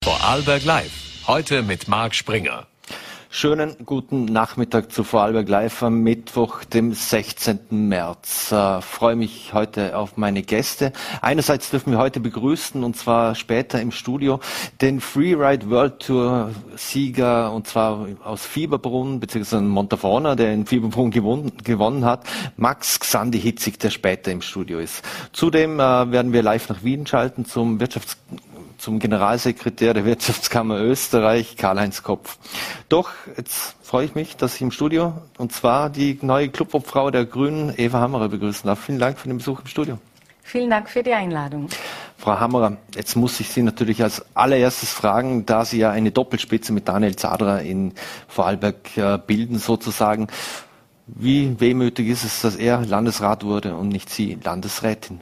Vorarlberg Live. Heute mit Marc Springer. Schönen guten Nachmittag zu Vorarlberg Live am Mittwoch, dem 16. März. Freue mich heute auf meine Gäste. Einerseits dürfen wir heute begrüßen, und zwar später im Studio, den Freeride World Tour Sieger, und zwar aus Fieberbrunn, beziehungsweise Montafona, der in Fieberbrunn gewonnen hat, Max Xandi Hitzig, der später im Studio ist. Zudem werden wir live nach Wien schalten zum Generalsekretär der Wirtschaftskammer Österreich, Karl-Heinz Kopf. Doch, jetzt freue ich mich, dass ich im Studio, und zwar die neue Clubobfrau der Grünen, Eva Hammerer, begrüßen darf. Vielen Dank für den Besuch im Studio. Vielen Dank für die Einladung. Frau Hammerer, jetzt muss ich Sie natürlich als allererstes fragen, da Sie ja eine Doppelspitze mit Daniel Zadra in Vorarlberg bilden sozusagen. Wie wehmütig ist es, dass er Landesrat wurde und nicht Sie Landesrätin?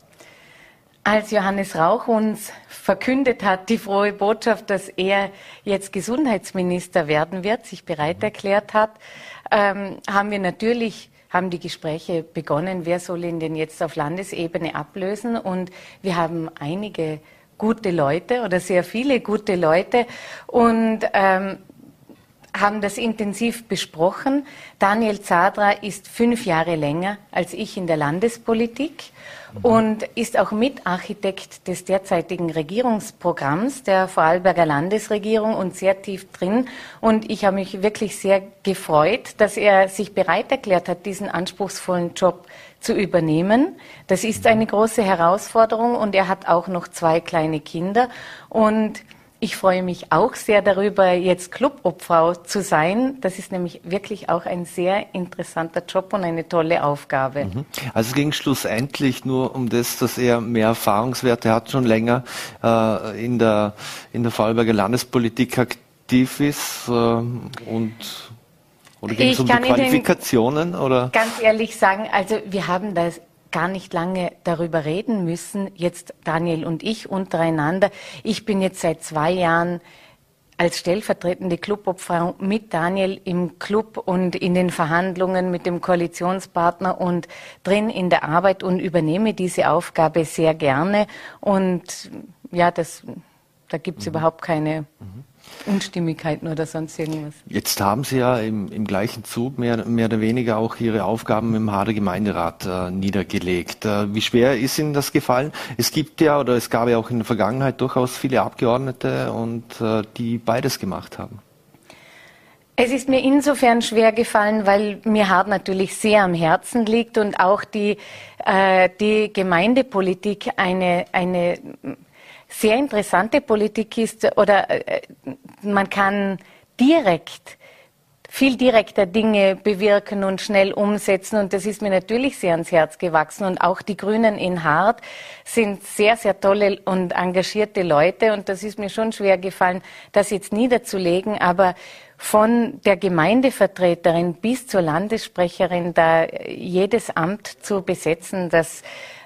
Als Johannes Rauch uns verkündet hat, die frohe Botschaft, dass er jetzt Gesundheitsminister werden wird, sich bereit erklärt hat, haben die Gespräche begonnen, wer soll ihn denn jetzt auf Landesebene ablösen. Und wir haben einige gute Leute oder sehr viele gute Leute und haben das intensiv besprochen. Daniel Zadra ist 5 Jahre länger als ich in der Landespolitik und ist auch Mitarchitekt des derzeitigen Regierungsprogramms der Vorarlberger Landesregierung und sehr tief drin. Und ich habe mich wirklich sehr gefreut, dass er sich bereit erklärt hat, diesen anspruchsvollen Job zu übernehmen. Das ist eine große Herausforderung und er hat auch noch 2 kleine Kinder. Und ich freue mich auch sehr darüber, jetzt Clubobfrau zu sein. Das ist nämlich wirklich auch ein sehr interessanter Job und eine tolle Aufgabe. Also es ging schlussendlich nur um das, dass er mehr Erfahrungswerte hat, schon länger in der Vorarlberger Landespolitik aktiv ist oder ging es um die Qualifikationen? Oder? Ganz ehrlich sagen, also wir haben das gar nicht lange darüber reden müssen, jetzt Daniel und ich untereinander. Ich bin jetzt seit 2 Jahren als stellvertretende Clubobfrau mit Daniel im Club und in den Verhandlungen mit dem Koalitionspartner und drin in der Arbeit und übernehme diese Aufgabe sehr gerne. Und ja, da gibt es überhaupt keine Unstimmigkeiten oder sonst irgendwas. Jetzt haben Sie ja im gleichen Zug mehr oder weniger auch Ihre Aufgaben im Hader Gemeinderat niedergelegt. Wie schwer ist Ihnen das gefallen? Es gab ja auch in der Vergangenheit durchaus viele Abgeordnete die beides gemacht haben. Es ist mir insofern schwer gefallen, weil mir Hard natürlich sehr am Herzen liegt und auch die Gemeindepolitik eine sehr interessante Politik ist, oder man kann viel direkter Dinge bewirken und schnell umsetzen, und das ist mir natürlich sehr ans Herz gewachsen. Und auch die Grünen in Hard sind sehr, sehr tolle und engagierte Leute, und das ist mir schon schwer gefallen, das jetzt niederzulegen, aber von der Gemeindevertreterin bis zur Landessprecherin da jedes Amt zu besetzen, das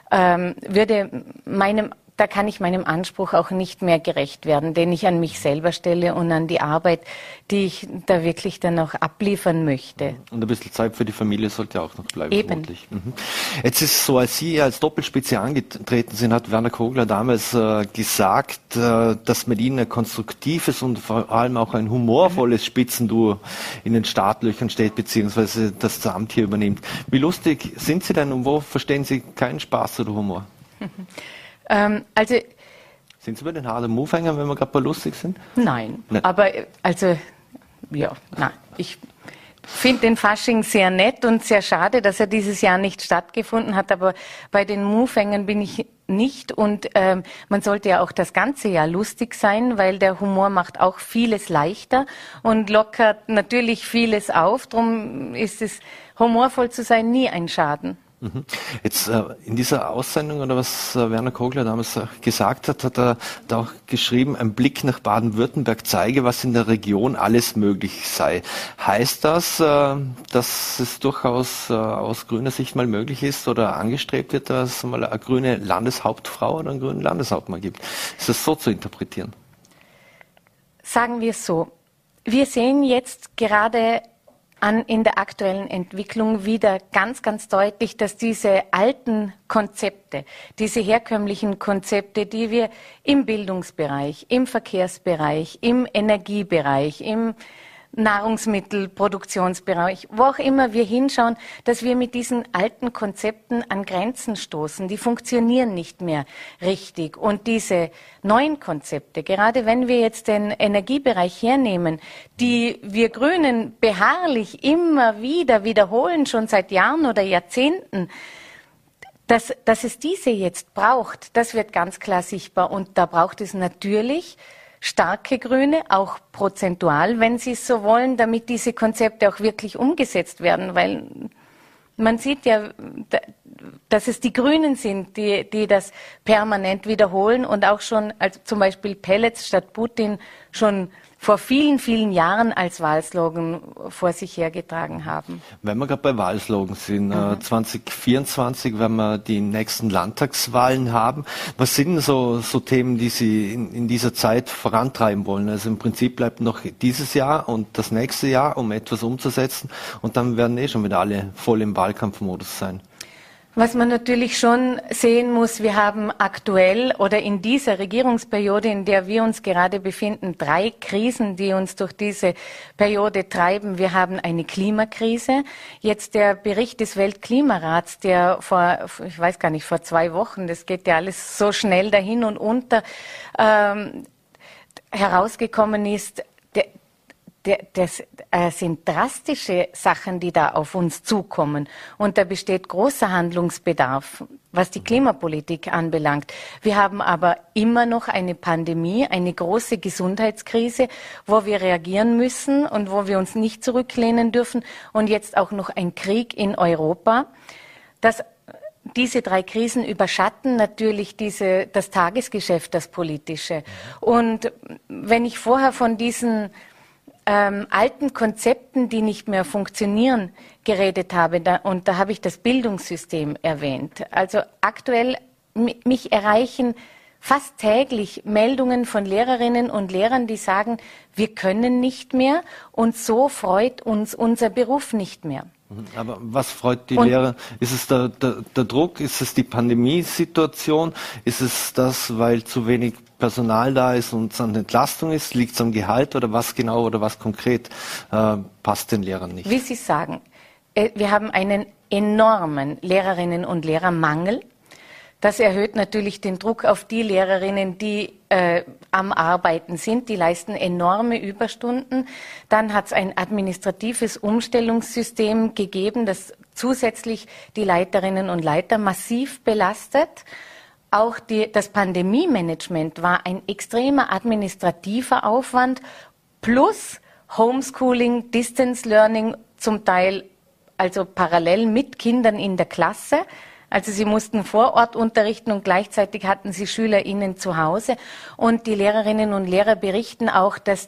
da kann ich meinem Anspruch auch nicht mehr gerecht werden, den ich an mich selber stelle und an die Arbeit, die ich da wirklich dann auch abliefern möchte. Und ein bisschen Zeit für die Familie sollte auch noch bleiben. Eben. Jetzt ist es so, als Sie als Doppelspitze angetreten sind, hat Werner Kogler damals gesagt, dass mit Ihnen ein konstruktives und vor allem auch ein humorvolles Spitzenduo in den Startlöchern steht, beziehungsweise das Amt hier übernimmt. Wie lustig sind Sie denn und wo verstehen Sie keinen Spaß oder Humor? Sind Sie bei den Harder Move-Hängern, wenn wir gerade bei lustig sind? Nein, aber ich finde den Fasching sehr nett und sehr schade, dass er dieses Jahr nicht stattgefunden hat, aber bei den Move-Hängern bin ich nicht, und man sollte ja auch das ganze Jahr lustig sein, weil der Humor macht auch vieles leichter und lockert natürlich vieles auf, darum ist es, humorvoll zu sein, nie ein Schaden. Jetzt in dieser Aussendung, oder was Werner Kogler damals gesagt hat, hat er da auch geschrieben, ein Blick nach Baden-Württemberg zeige, was in der Region alles möglich sei. Heißt das, dass es durchaus aus grüner Sicht mal möglich ist oder angestrebt wird, dass es mal eine grüne Landeshauptfrau oder einen grünen Landeshauptmann gibt? Ist das so zu interpretieren? Sagen wir es so. Wir sehen jetzt gerade in der aktuellen Entwicklung wieder ganz, ganz deutlich, dass diese alten Konzepte, diese herkömmlichen Konzepte, die wir im Bildungsbereich, im Verkehrsbereich, im Energiebereich, im Nahrungsmittelproduktionsbereich, wo auch immer wir hinschauen, dass wir mit diesen alten Konzepten an Grenzen stoßen. Die funktionieren nicht mehr richtig. Und diese neuen Konzepte, gerade wenn wir jetzt den Energiebereich hernehmen, die wir Grünen beharrlich immer wieder wiederholen, schon seit Jahren oder Jahrzehnten, dass es diese jetzt braucht, das wird ganz klar sichtbar. Und da braucht es natürlich starke Grüne, auch prozentual, wenn Sie es so wollen, damit diese Konzepte auch wirklich umgesetzt werden, weil man sieht ja, dass es die Grünen sind, die das permanent wiederholen und auch schon, also zum Beispiel Pellets statt Putin, schon vor vielen, vielen Jahren als Wahlslogan vor sich hergetragen haben. Wenn wir gerade bei Wahlslogans sind, 2024, wenn wir die nächsten Landtagswahlen haben, was sind so Themen, die Sie in dieser Zeit vorantreiben wollen? Also im Prinzip bleibt noch dieses Jahr und das nächste Jahr, um etwas umzusetzen, und dann werden schon wieder alle voll im Wahlkampfmodus sein. Was man natürlich schon sehen muss, wir haben aktuell oder in dieser Regierungsperiode, in der wir uns gerade befinden, 3 Krisen, die uns durch diese Periode treiben. Wir haben eine Klimakrise. Jetzt der Bericht des Weltklimarats, der vor 2 Wochen, das geht ja alles so schnell dahin und unter, herausgekommen ist. Das sind drastische Sachen, die da auf uns zukommen. Und da besteht großer Handlungsbedarf, was die Klimapolitik anbelangt. Wir haben aber immer noch eine Pandemie, eine große Gesundheitskrise, wo wir reagieren müssen und wo wir uns nicht zurücklehnen dürfen. Und jetzt auch noch ein Krieg in Europa. Diese 3 Krisen überschatten natürlich das Tagesgeschäft, das politische. Und wenn ich vorher von diesen alten Konzepten, die nicht mehr funktionieren, geredet habe, und da habe ich das Bildungssystem erwähnt. Also aktuell, mich erreichen fast täglich Meldungen von Lehrerinnen und Lehrern, die sagen, wir können nicht mehr und so freut uns unser Beruf nicht mehr. Aber was freut die Lehrer? Ist es der Druck? Ist es die Pandemiesituation? Ist es das, weil zu wenig Personal da ist und es an Entlastung ist? Liegt es am Gehalt oder was genau oder was konkret passt den Lehrern nicht? Wie Sie sagen, wir haben einen enormen Lehrerinnen- und Lehrermangel. Das erhöht natürlich den Druck auf die Lehrerinnen, die am Arbeiten sind. Die leisten enorme Überstunden. Dann hat es ein administratives Umstellungssystem gegeben, das zusätzlich die Leiterinnen und Leiter massiv belastet. Auch das Pandemie-Management war ein extremer administrativer Aufwand plus Homeschooling, Distance Learning, zum Teil also parallel mit Kindern in der Klasse. Also sie mussten vor Ort unterrichten und gleichzeitig hatten sie SchülerInnen zu Hause. Und die Lehrerinnen und Lehrer berichten auch, dass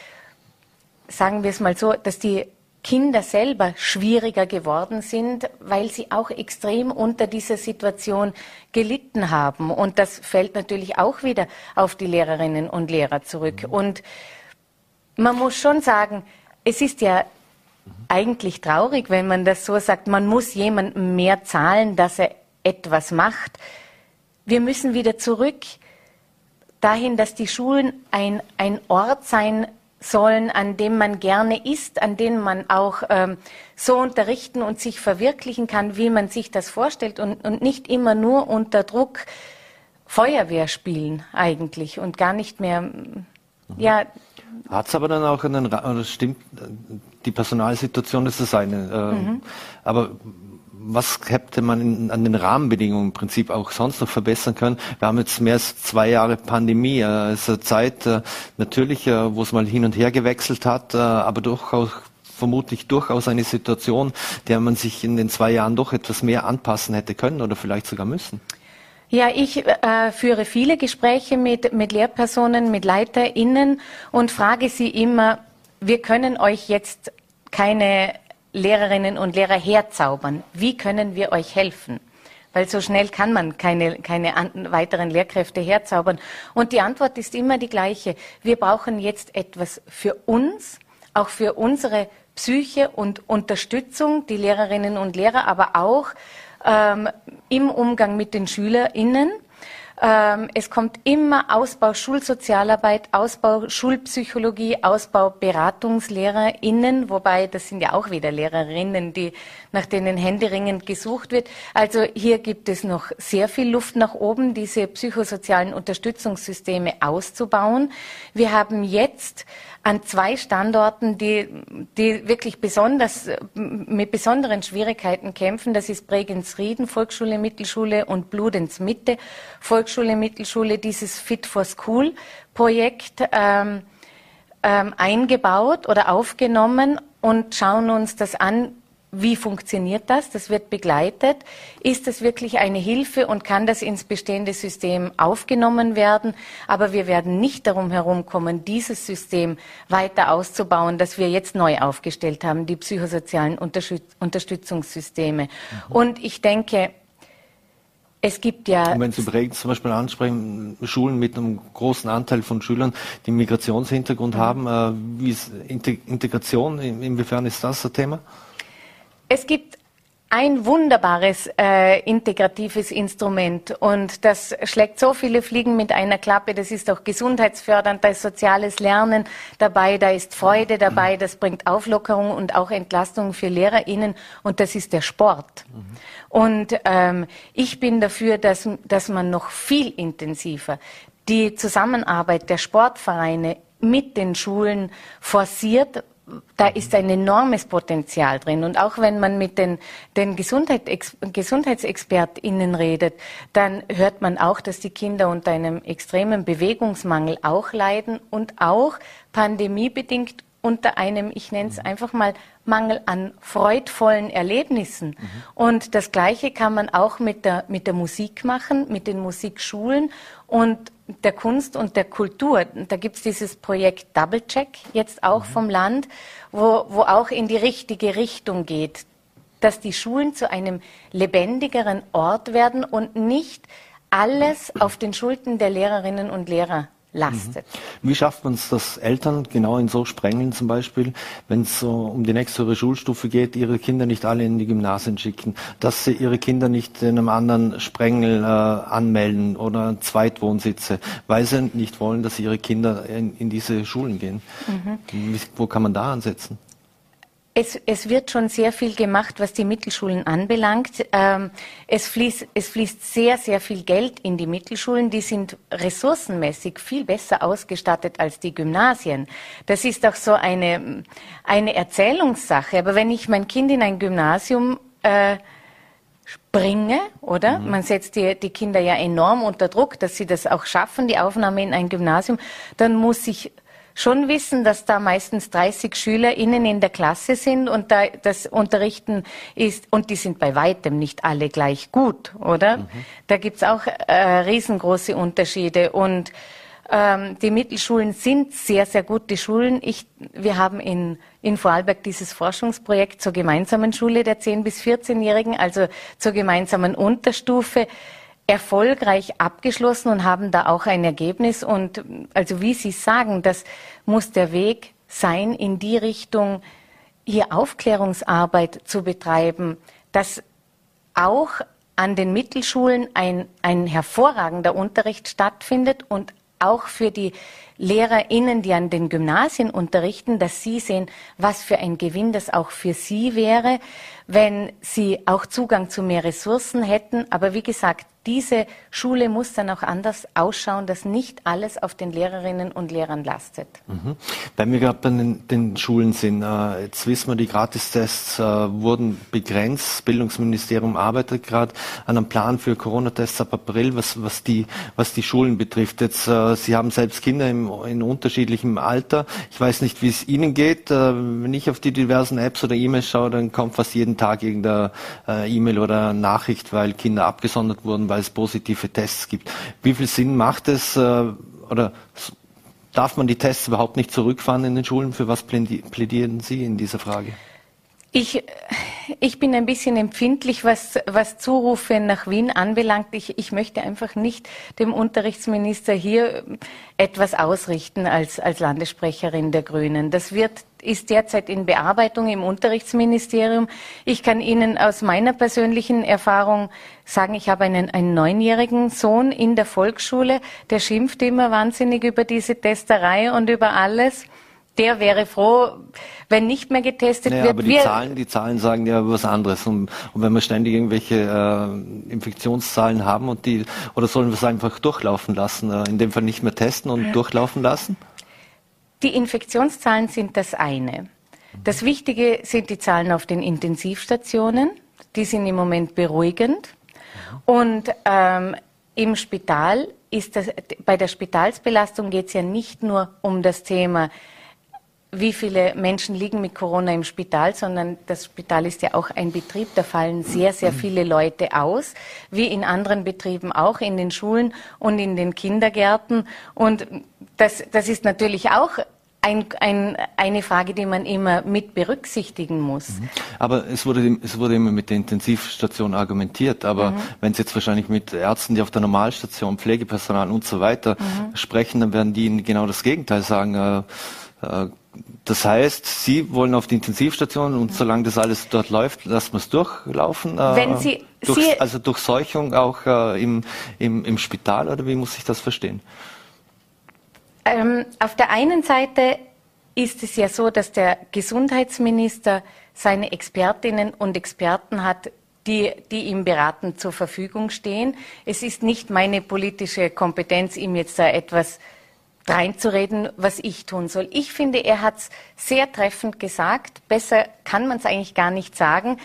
sagen wir es mal so, dass die Kinder selber schwieriger geworden sind, weil sie auch extrem unter dieser Situation gelitten haben. Und das fällt natürlich auch wieder auf die Lehrerinnen und Lehrer zurück. Und man muss schon sagen, es ist ja eigentlich traurig, wenn man das so sagt, man muss jemandem mehr zahlen, dass er etwas macht. Wir müssen wieder zurück dahin, dass die Schulen ein Ort sein sollen, an dem man gerne ist, an dem man auch so unterrichten und sich verwirklichen kann, wie man sich das vorstellt und nicht immer nur unter Druck Feuerwehr spielen eigentlich und gar nicht mehr, ja. Hat es aber dann auch stimmt, die Personalsituation ist das eine, aber was hätte man an den Rahmenbedingungen im Prinzip auch sonst noch verbessern können? Wir haben jetzt mehr als 2 Jahre Pandemie, es ist eine Zeit natürlich, wo es mal hin und her gewechselt hat, aber vermutlich durchaus eine Situation, der man sich in den 2 Jahren doch etwas mehr anpassen hätte können oder vielleicht sogar müssen. Ja, ich führe viele Gespräche mit Lehrpersonen, mit LeiterInnen und frage sie immer, wir können euch jetzt keine Lehrerinnen und Lehrer herzaubern. Wie können wir euch helfen? Weil so schnell kann man keine weiteren Lehrkräfte herzaubern. Und die Antwort ist immer die gleiche. Wir brauchen jetzt etwas für uns, auch für unsere Psyche und Unterstützung, die Lehrerinnen und Lehrer, aber auch im Umgang mit den SchülerInnen. Es kommt immer Ausbau Schulsozialarbeit, Ausbau Schulpsychologie, Ausbau BeratungslehrerInnen, wobei das sind ja auch wieder Lehrerinnen, nach denen händeringend gesucht wird. Also hier gibt es noch sehr viel Luft nach oben, diese psychosozialen Unterstützungssysteme auszubauen. Wir haben jetzt an 2 Standorten, die wirklich mit besonderen Schwierigkeiten kämpfen. Das ist Bregenz-Rieden, Volksschule, Mittelschule und Bludenz-Mitte, Volksschule, Mittelschule, dieses Fit for School Projekt eingebaut oder aufgenommen und schauen uns das an. Wie funktioniert das? Das wird begleitet. Ist das wirklich eine Hilfe und kann das ins bestehende System aufgenommen werden? Aber wir werden nicht darum herumkommen, dieses System weiter auszubauen, das wir jetzt neu aufgestellt haben, die psychosozialen Unterstützungssysteme. Und ich denke, es gibt ja... Und wenn Sie Bregenz zum Beispiel ansprechen, Schulen mit einem großen Anteil von Schülern, die einen Migrationshintergrund haben, wie ist Integration, inwiefern ist das ein Thema? Es gibt ein wunderbares integratives Instrument und das schlägt so viele Fliegen mit einer Klappe. Das ist auch gesundheitsfördernd, da ist soziales Lernen dabei, da ist Freude dabei, das bringt Auflockerung und auch Entlastung für LehrerInnen und das ist der Sport. Und ich bin dafür, dass man noch viel intensiver die Zusammenarbeit der Sportvereine mit den Schulen forciert. Da ist ein enormes Potenzial drin. Und auch wenn man mit den GesundheitsexpertInnen redet, dann hört man auch, dass die Kinder unter einem extremen Bewegungsmangel auch leiden und auch pandemiebedingt unter einem, ich nenne es einfach mal, Mangel an freudvollen Erlebnissen. Und das Gleiche kann man auch mit der Musik machen, mit den Musikschulen und der Kunst und der Kultur. Da gibt es dieses Projekt Double Check jetzt auch vom Land, wo auch in die richtige Richtung geht, dass die Schulen zu einem lebendigeren Ort werden und nicht alles auf den Schultern der Lehrerinnen und Lehrer lastet. Wie schafft man es, dass Eltern genau in so Sprengeln zum Beispiel, wenn es so um die nächste Schulstufe geht, ihre Kinder nicht alle in die Gymnasien schicken, dass sie ihre Kinder nicht in einem anderen Sprengel anmelden oder Zweitwohnsitze, weil sie nicht wollen, dass ihre Kinder in diese Schulen gehen. Wo kann man da ansetzen? Es wird schon sehr viel gemacht, was die Mittelschulen anbelangt. Es fließt sehr, sehr viel Geld in die Mittelschulen. Die sind ressourcenmäßig viel besser ausgestattet als die Gymnasien. Das ist auch so eine Erzählungssache. Aber wenn ich mein Kind in ein Gymnasium bringe, oder? Man setzt die Kinder ja enorm unter Druck, dass sie das auch schaffen, die Aufnahme in ein Gymnasium, dann muss ich schon wissen, dass da meistens 30 SchülerInnen in der Klasse sind und da das Unterrichten ist, und die sind bei weitem nicht alle gleich gut, oder? Da gibt's auch riesengroße Unterschiede und die Mittelschulen sind sehr, sehr gute Schulen. Wir haben in Vorarlberg dieses Forschungsprojekt zur gemeinsamen Schule der 10- bis 14-Jährigen, also zur gemeinsamen Unterstufe, erfolgreich abgeschlossen und haben da auch ein Ergebnis. Und also wie Sie sagen, das muss der Weg sein, in die Richtung hier Aufklärungsarbeit zu betreiben, dass auch an den Mittelschulen ein hervorragender Unterricht stattfindet und auch für die LehrerInnen, die an den Gymnasien unterrichten, dass sie sehen, was für ein Gewinn das auch für sie wäre, wenn sie auch Zugang zu mehr Ressourcen hätten. Aber wie gesagt, diese Schule muss dann auch anders ausschauen, dass nicht alles auf den Lehrerinnen und Lehrern lastet. Weil wir gerade bei den Schulen sind, jetzt wissen wir, die Gratistests wurden begrenzt. Das Bildungsministerium arbeitet gerade an einem Plan für Corona-Tests ab April, was die Schulen betrifft. Jetzt, Sie haben selbst Kinder in unterschiedlichem Alter. Ich weiß nicht, wie es Ihnen geht. Wenn ich auf die diversen Apps oder E-Mails schaue, dann kommt fast jeden Tag irgendeine E-Mail oder Nachricht, weil Kinder abgesondert wurden, weil es positive Tests gibt. Wie viel Sinn macht es oder darf man die Tests überhaupt nicht zurückfahren in den Schulen? Für was plädieren Sie in dieser Frage? Ich ich bin ein bisschen empfindlich, was Zurufe nach Wien anbelangt. Ich möchte einfach nicht dem Unterrichtsminister hier etwas ausrichten als Landessprecherin der Grünen. Das ist derzeit in Bearbeitung im Unterrichtsministerium. Ich kann Ihnen aus meiner persönlichen Erfahrung sagen, ich habe einen 9-jährigen Sohn in der Volksschule, der schimpft immer wahnsinnig über diese Testerei und über alles. Der wäre froh, wenn nicht mehr getestet wird. Aber die Zahlen sagen ja was anderes. Und wenn wir ständig irgendwelche Infektionszahlen haben oder sollen wir es einfach durchlaufen lassen, in dem Fall nicht mehr testen und durchlaufen lassen? Die Infektionszahlen sind das eine. Das Wichtige sind die Zahlen auf den Intensivstationen. Die sind im Moment beruhigend. Und im Spital bei der Spitalsbelastung geht es ja nicht nur um das Thema, wie viele Menschen liegen mit Corona im Spital, sondern das Spital ist ja auch ein Betrieb, da fallen sehr, sehr viele Leute aus, wie in anderen Betrieben auch, in den Schulen und in den Kindergärten. Und das ist natürlich auch eine Frage, die man immer mit berücksichtigen muss. Aber es wurde immer mit der Intensivstation argumentiert, aber wenn Sie jetzt wahrscheinlich mit Ärzten, die auf der Normalstation, Pflegepersonal und so weiter sprechen, dann werden die Ihnen genau das Gegenteil sagen. Das heißt, Sie wollen auf die Intensivstation und solange das alles dort läuft, lassen wir es durchlaufen? Also Durchseuchung auch im Spital, oder wie muss ich das verstehen? Auf der einen Seite ist es ja so, dass der Gesundheitsminister seine Expertinnen und Experten hat, die ihm beratend zur Verfügung stehen. Es ist nicht meine politische Kompetenz, ihm jetzt da etwas reinzureden, was ich tun soll. Ich finde, er hat es sehr treffend gesagt. Besser kann man es eigentlich gar nicht sagen.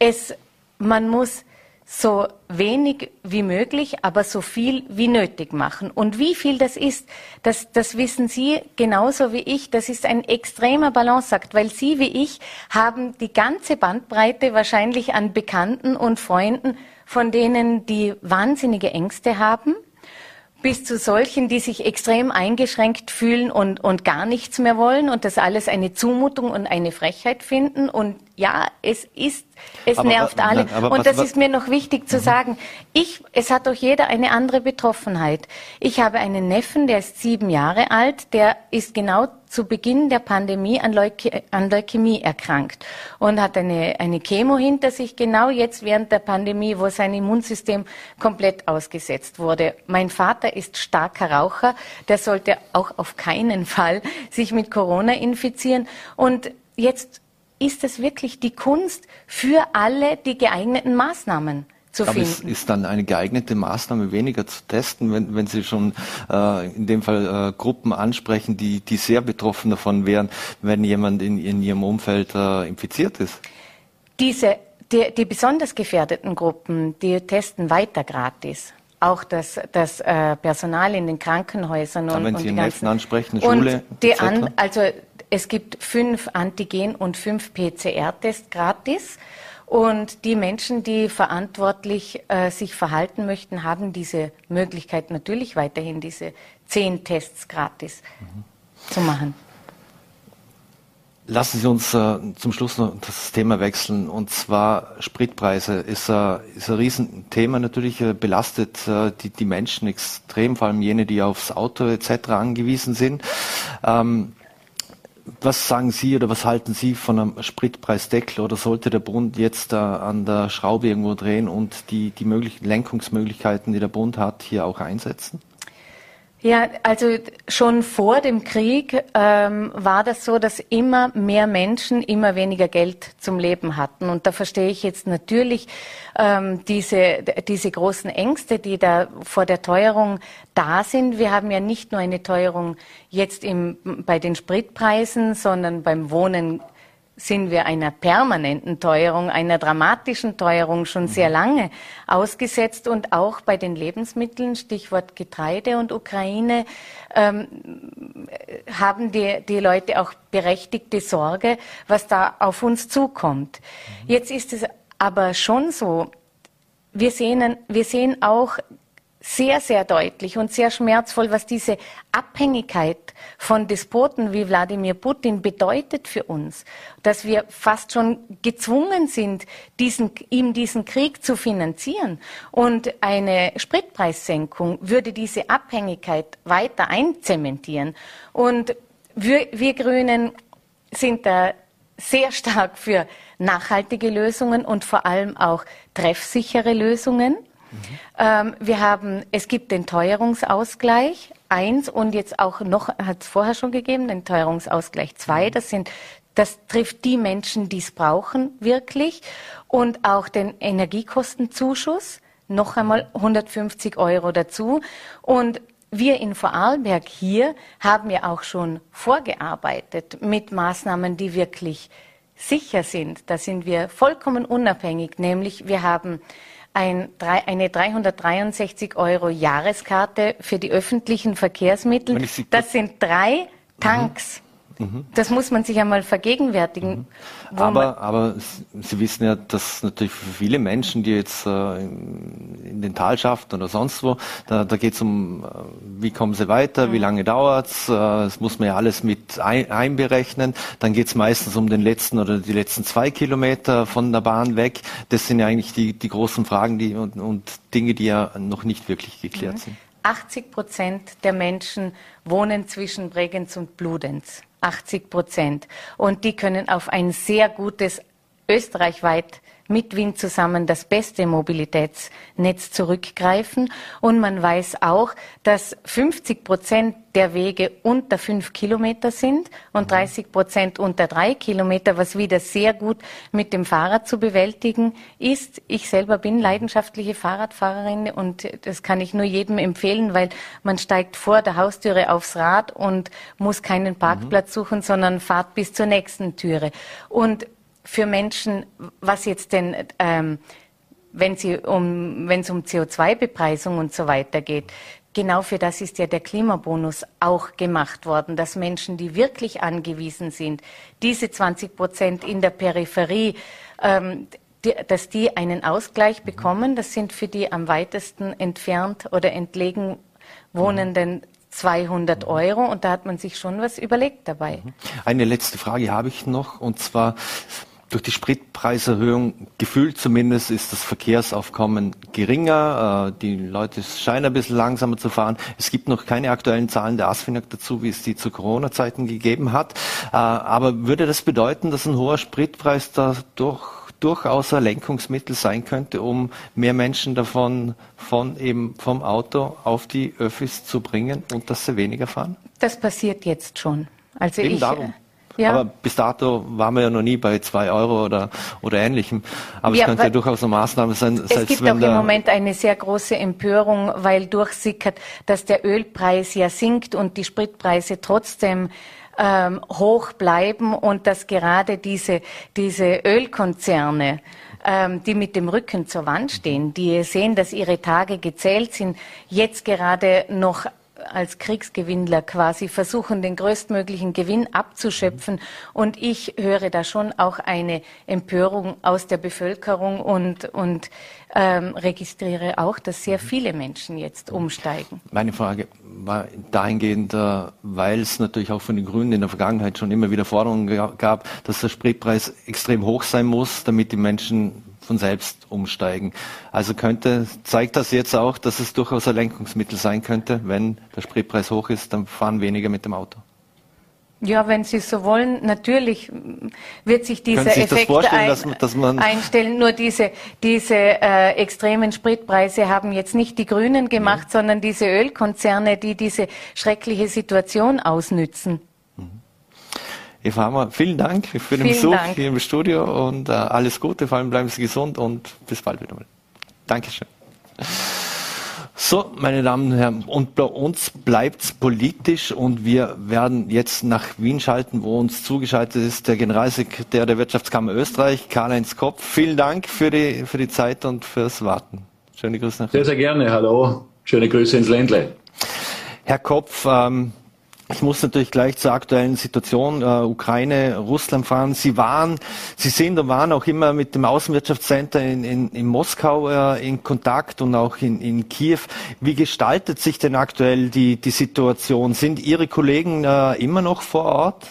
Man muss so wenig wie möglich, aber so viel wie nötig machen. Und wie viel das ist, das wissen Sie genauso wie ich. Das ist ein extremer Balanceakt, weil Sie wie ich haben die ganze Bandbreite wahrscheinlich an Bekannten und Freunden, von denen die wahnsinnige Ängste haben, bis zu solchen, die sich extrem eingeschränkt fühlen und gar nichts mehr wollen und das alles eine Zumutung und eine Frechheit finden. Und ja, es nervt alle. Und das ist mir noch wichtig zu sagen. Es hat doch jeder eine andere Betroffenheit. Ich habe einen Neffen, der ist 7 Jahre alt, der ist genau zu Beginn der Pandemie an Leukämie erkrankt und hat eine Chemo hinter sich, genau jetzt während der Pandemie, wo sein Immunsystem komplett ausgesetzt wurde. Mein Vater ist starker Raucher, der sollte auch auf keinen Fall sich mit Corona infizieren. Und jetzt ist es wirklich die Kunst, für alle die geeigneten Maßnahmen zu finden. Aber es ist dann eine geeignete Maßnahme, weniger zu testen, wenn Sie schon in dem Fall Gruppen ansprechen, die sehr betroffen davon wären, wenn jemand in Ihrem Umfeld infiziert ist? Die besonders gefährdeten Gruppen, die testen weiter gratis. Auch das Personal in den Krankenhäusern und wenn Sie Ihren Neffen ansprechen, Schule etc.? Also es gibt 5 Antigen- und 5 PCR-Tests gratis. Und die Menschen, die verantwortlich sich verhalten möchten, haben diese Möglichkeit natürlich weiterhin, diese 10 Tests gratis zu machen. Lassen Sie uns zum Schluss noch das Thema wechseln, und zwar Spritpreise ist ein Riesenthema natürlich, belastet die Menschen extrem, vor allem jene, die aufs Auto etc. angewiesen sind. Was sagen Sie oder was halten Sie von einem Spritpreisdeckel, oder sollte der Bund jetzt an der Schraube irgendwo drehen und die möglichen Lenkungsmöglichkeiten, die der Bund hat, hier auch einsetzen? Ja, also schon vor dem Krieg war das so, dass immer mehr Menschen immer weniger Geld zum Leben hatten. Und da verstehe ich jetzt natürlich diese großen Ängste, die da vor der Teuerung da sind. Wir haben ja nicht nur eine Teuerung jetzt bei den Spritpreisen, sondern beim Wohnen sind wir einer permanenten Teuerung, einer dramatischen Teuerung schon sehr lange ausgesetzt. Und auch bei den Lebensmitteln, Stichwort Getreide und Ukraine, haben die Leute auch berechtigte Sorge, was da auf uns zukommt. Jetzt ist es aber schon so, wir sehen auch sehr, sehr deutlich und sehr schmerzvoll, was diese Abhängigkeit von Despoten wie Wladimir Putin bedeutet für uns. Dass wir fast schon gezwungen sind, ihm diesen Krieg zu finanzieren. Und eine Spritpreissenkung würde diese Abhängigkeit weiter einzementieren. Und wir Grünen sind da sehr stark für nachhaltige Lösungen und vor allem auch treffsichere Lösungen. Es gibt den Teuerungsausgleich 1 und jetzt auch noch, hat es vorher schon gegeben, den Teuerungsausgleich 2. Das trifft die Menschen, die es brauchen, wirklich. Und auch den Energiekostenzuschuss, noch einmal 150 € dazu. Und wir in Vorarlberg hier haben ja auch schon vorgearbeitet mit Maßnahmen, die wirklich sicher sind. Da sind wir vollkommen unabhängig, nämlich wir haben eine 363 € Jahreskarte für die öffentlichen Verkehrsmittel. Das sind 3 Tanks. Das muss man sich einmal vergegenwärtigen. Aber Sie wissen ja, dass natürlich für viele Menschen, die jetzt in den Talschaften oder sonst wo, da geht es um, wie kommen sie weiter, wie lange dauert's, das muss man ja alles mit einberechnen. Dann geht es meistens um den letzten oder die letzten 2 Kilometer von der Bahn weg. Das sind ja eigentlich die großen Fragen und Dinge, die ja noch nicht wirklich geklärt sind. 80% der Menschen wohnen zwischen Bregenz und Bludenz. 80%. Und die können auf ein sehr gutes, österreichweit mit Wien zusammen das beste Mobilitätsnetz zurückgreifen. Und man weiß auch, dass 50% der Wege unter 5 Kilometer sind und 30% unter 3 Kilometer, was wieder sehr gut mit dem Fahrrad zu bewältigen ist. Ich selber bin leidenschaftliche Fahrradfahrerin und das kann ich nur jedem empfehlen, weil man steigt vor der Haustüre aufs Rad und muss keinen Parkplatz suchen, sondern fahrt bis zur nächsten Türe. Und für Menschen, was jetzt denn, wenn es um CO2-Bepreisung und so weiter geht, genau für das ist ja der Klimabonus auch gemacht worden, dass Menschen, die wirklich angewiesen sind, diese 20% in der Peripherie, dass die einen Ausgleich bekommen. Das sind für die am weitesten entfernt oder entlegen Wohnenden 200 € und da hat man sich schon was überlegt dabei. Eine letzte Frage habe ich noch, und zwar durch die Spritpreiserhöhung, gefühlt zumindest, ist das Verkehrsaufkommen geringer. Die Leute scheinen ein bisschen langsamer zu fahren. Es gibt noch keine aktuellen Zahlen der ASFINAG dazu, wie es die zu Corona-Zeiten gegeben hat. Aber würde das bedeuten, dass ein hoher Spritpreis da durchaus ein Lenkungsmittel sein könnte, um mehr Menschen davon vom Auto auf die Öffis zu bringen und dass sie weniger fahren? Das passiert jetzt schon. Also darum. Ja. Aber bis dato waren wir ja noch nie bei 2 € oder Ähnlichem. Aber es könnte ja durchaus eine Maßnahme sein. Es gibt auch im Moment eine sehr große Empörung, weil durchsickert, dass der Ölpreis ja sinkt und die Spritpreise trotzdem hoch bleiben und dass gerade diese Ölkonzerne, die mit dem Rücken zur Wand stehen, die sehen, dass ihre Tage gezählt sind, jetzt gerade noch als Kriegsgewinnler quasi versuchen, den größtmöglichen Gewinn abzuschöpfen. Und ich höre da schon auch eine Empörung aus der Bevölkerung und registriere auch, dass sehr viele Menschen jetzt umsteigen. Meine Frage war dahingehend, weil es natürlich auch von den Grünen in der Vergangenheit schon immer wieder Forderungen gab, dass der Spritpreis extrem hoch sein muss, damit die Menschen von selbst umsteigen. Also zeigt das jetzt auch, dass es durchaus ein Lenkungsmittel sein könnte, wenn der Spritpreis hoch ist, dann fahren weniger mit dem Auto. Ja, wenn Sie so wollen, natürlich wird sich dieser Effekt einstellen. Nur diese extremen Spritpreise haben jetzt nicht die Grünen gemacht, sondern diese Ölkonzerne, die diese schreckliche Situation ausnützen. Eva Hammer, vielen Dank für den Besuch hier im Studio und alles Gute, vor allem bleiben Sie gesund und bis bald wieder mal. Dankeschön. So, meine Damen und Herren, und bei uns bleibt's politisch und wir werden jetzt nach Wien schalten, wo uns zugeschaltet ist der Generalsekretär der Wirtschaftskammer Österreich, Karl-Heinz Kopf. Vielen Dank für die Zeit und fürs Warten. Schöne Grüße nach Wien. Sehr, sehr gerne. Hallo. Schöne Grüße ins Ländle. Herr Kopf, Ich muss natürlich gleich zur aktuellen Situation Ukraine, Russland fahren. Sie sind und waren auch immer mit dem Außenwirtschaftscenter in Moskau in Kontakt und auch in Kiew. Wie gestaltet sich denn aktuell die Situation? Sind Ihre Kollegen immer noch vor Ort?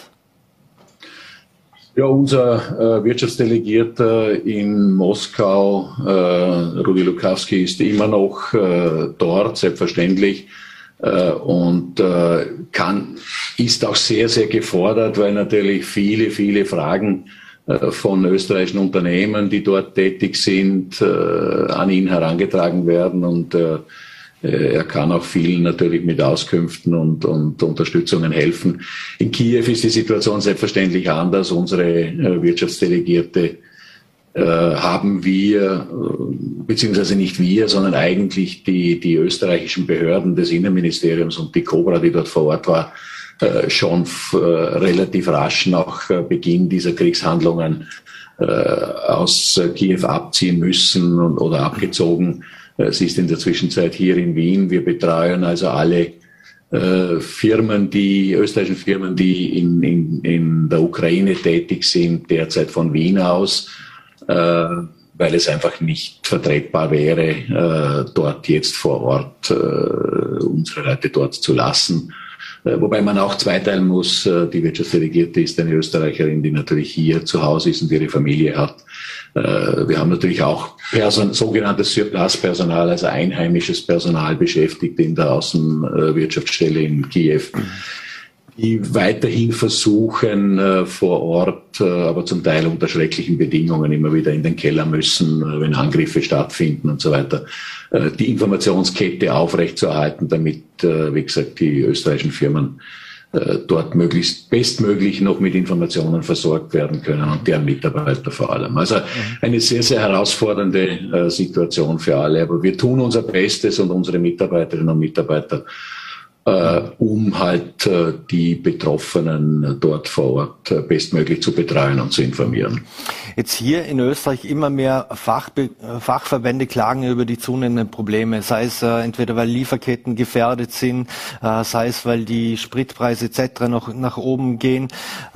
Ja, unser Wirtschaftsdelegierter in Moskau, Rudi Lukavsky, ist immer noch dort, selbstverständlich. Und ist auch sehr, sehr gefordert, weil natürlich viele Fragen von österreichischen Unternehmen, die dort tätig sind, an ihn herangetragen werden. Und er kann auch vielen natürlich mit Auskünften und Unterstützungen helfen. In Kiew ist die Situation selbstverständlich anders. Unsere Wirtschaftsdelegierte haben wir, beziehungsweise nicht wir, sondern eigentlich die österreichischen Behörden des Innenministeriums und die Cobra, die dort vor Ort war, schon relativ rasch nach Beginn dieser Kriegshandlungen aus Kiew abziehen müssen oder abgezogen. Sie ist in der Zwischenzeit hier in Wien. Wir betreuen also alle österreichischen Firmen, die in der Ukraine tätig sind, derzeit von Wien aus, weil es einfach nicht vertretbar wäre, dort jetzt vor Ort unsere Leute dort zu lassen. Wobei man auch zweiteilen muss, die Wirtschaftsdelegierte ist eine Österreicherin, die natürlich hier zu Hause ist und ihre Familie hat. Wir haben natürlich auch sogenanntes Surpluspersonal, also einheimisches Personal beschäftigt in der Außenwirtschaftsstelle in Kiew, die weiterhin versuchen, vor Ort, aber zum Teil unter schrecklichen Bedingungen immer wieder in den Keller müssen, wenn Angriffe stattfinden und so weiter, die Informationskette aufrechtzuerhalten, damit, wie gesagt, die österreichischen Firmen dort möglichst bestmöglich noch mit Informationen versorgt werden können und deren Mitarbeiter vor allem. Also eine sehr, sehr herausfordernde Situation für alle. Aber wir tun unser Bestes und unsere Mitarbeiterinnen und Mitarbeiter, um halt die Betroffenen dort vor Ort bestmöglich zu betreuen und zu informieren. Jetzt hier in Österreich immer mehr Fachverbände klagen über die zunehmenden Probleme, sei es entweder weil Lieferketten gefährdet sind, sei es weil die Spritpreise etc. noch nach oben gehen.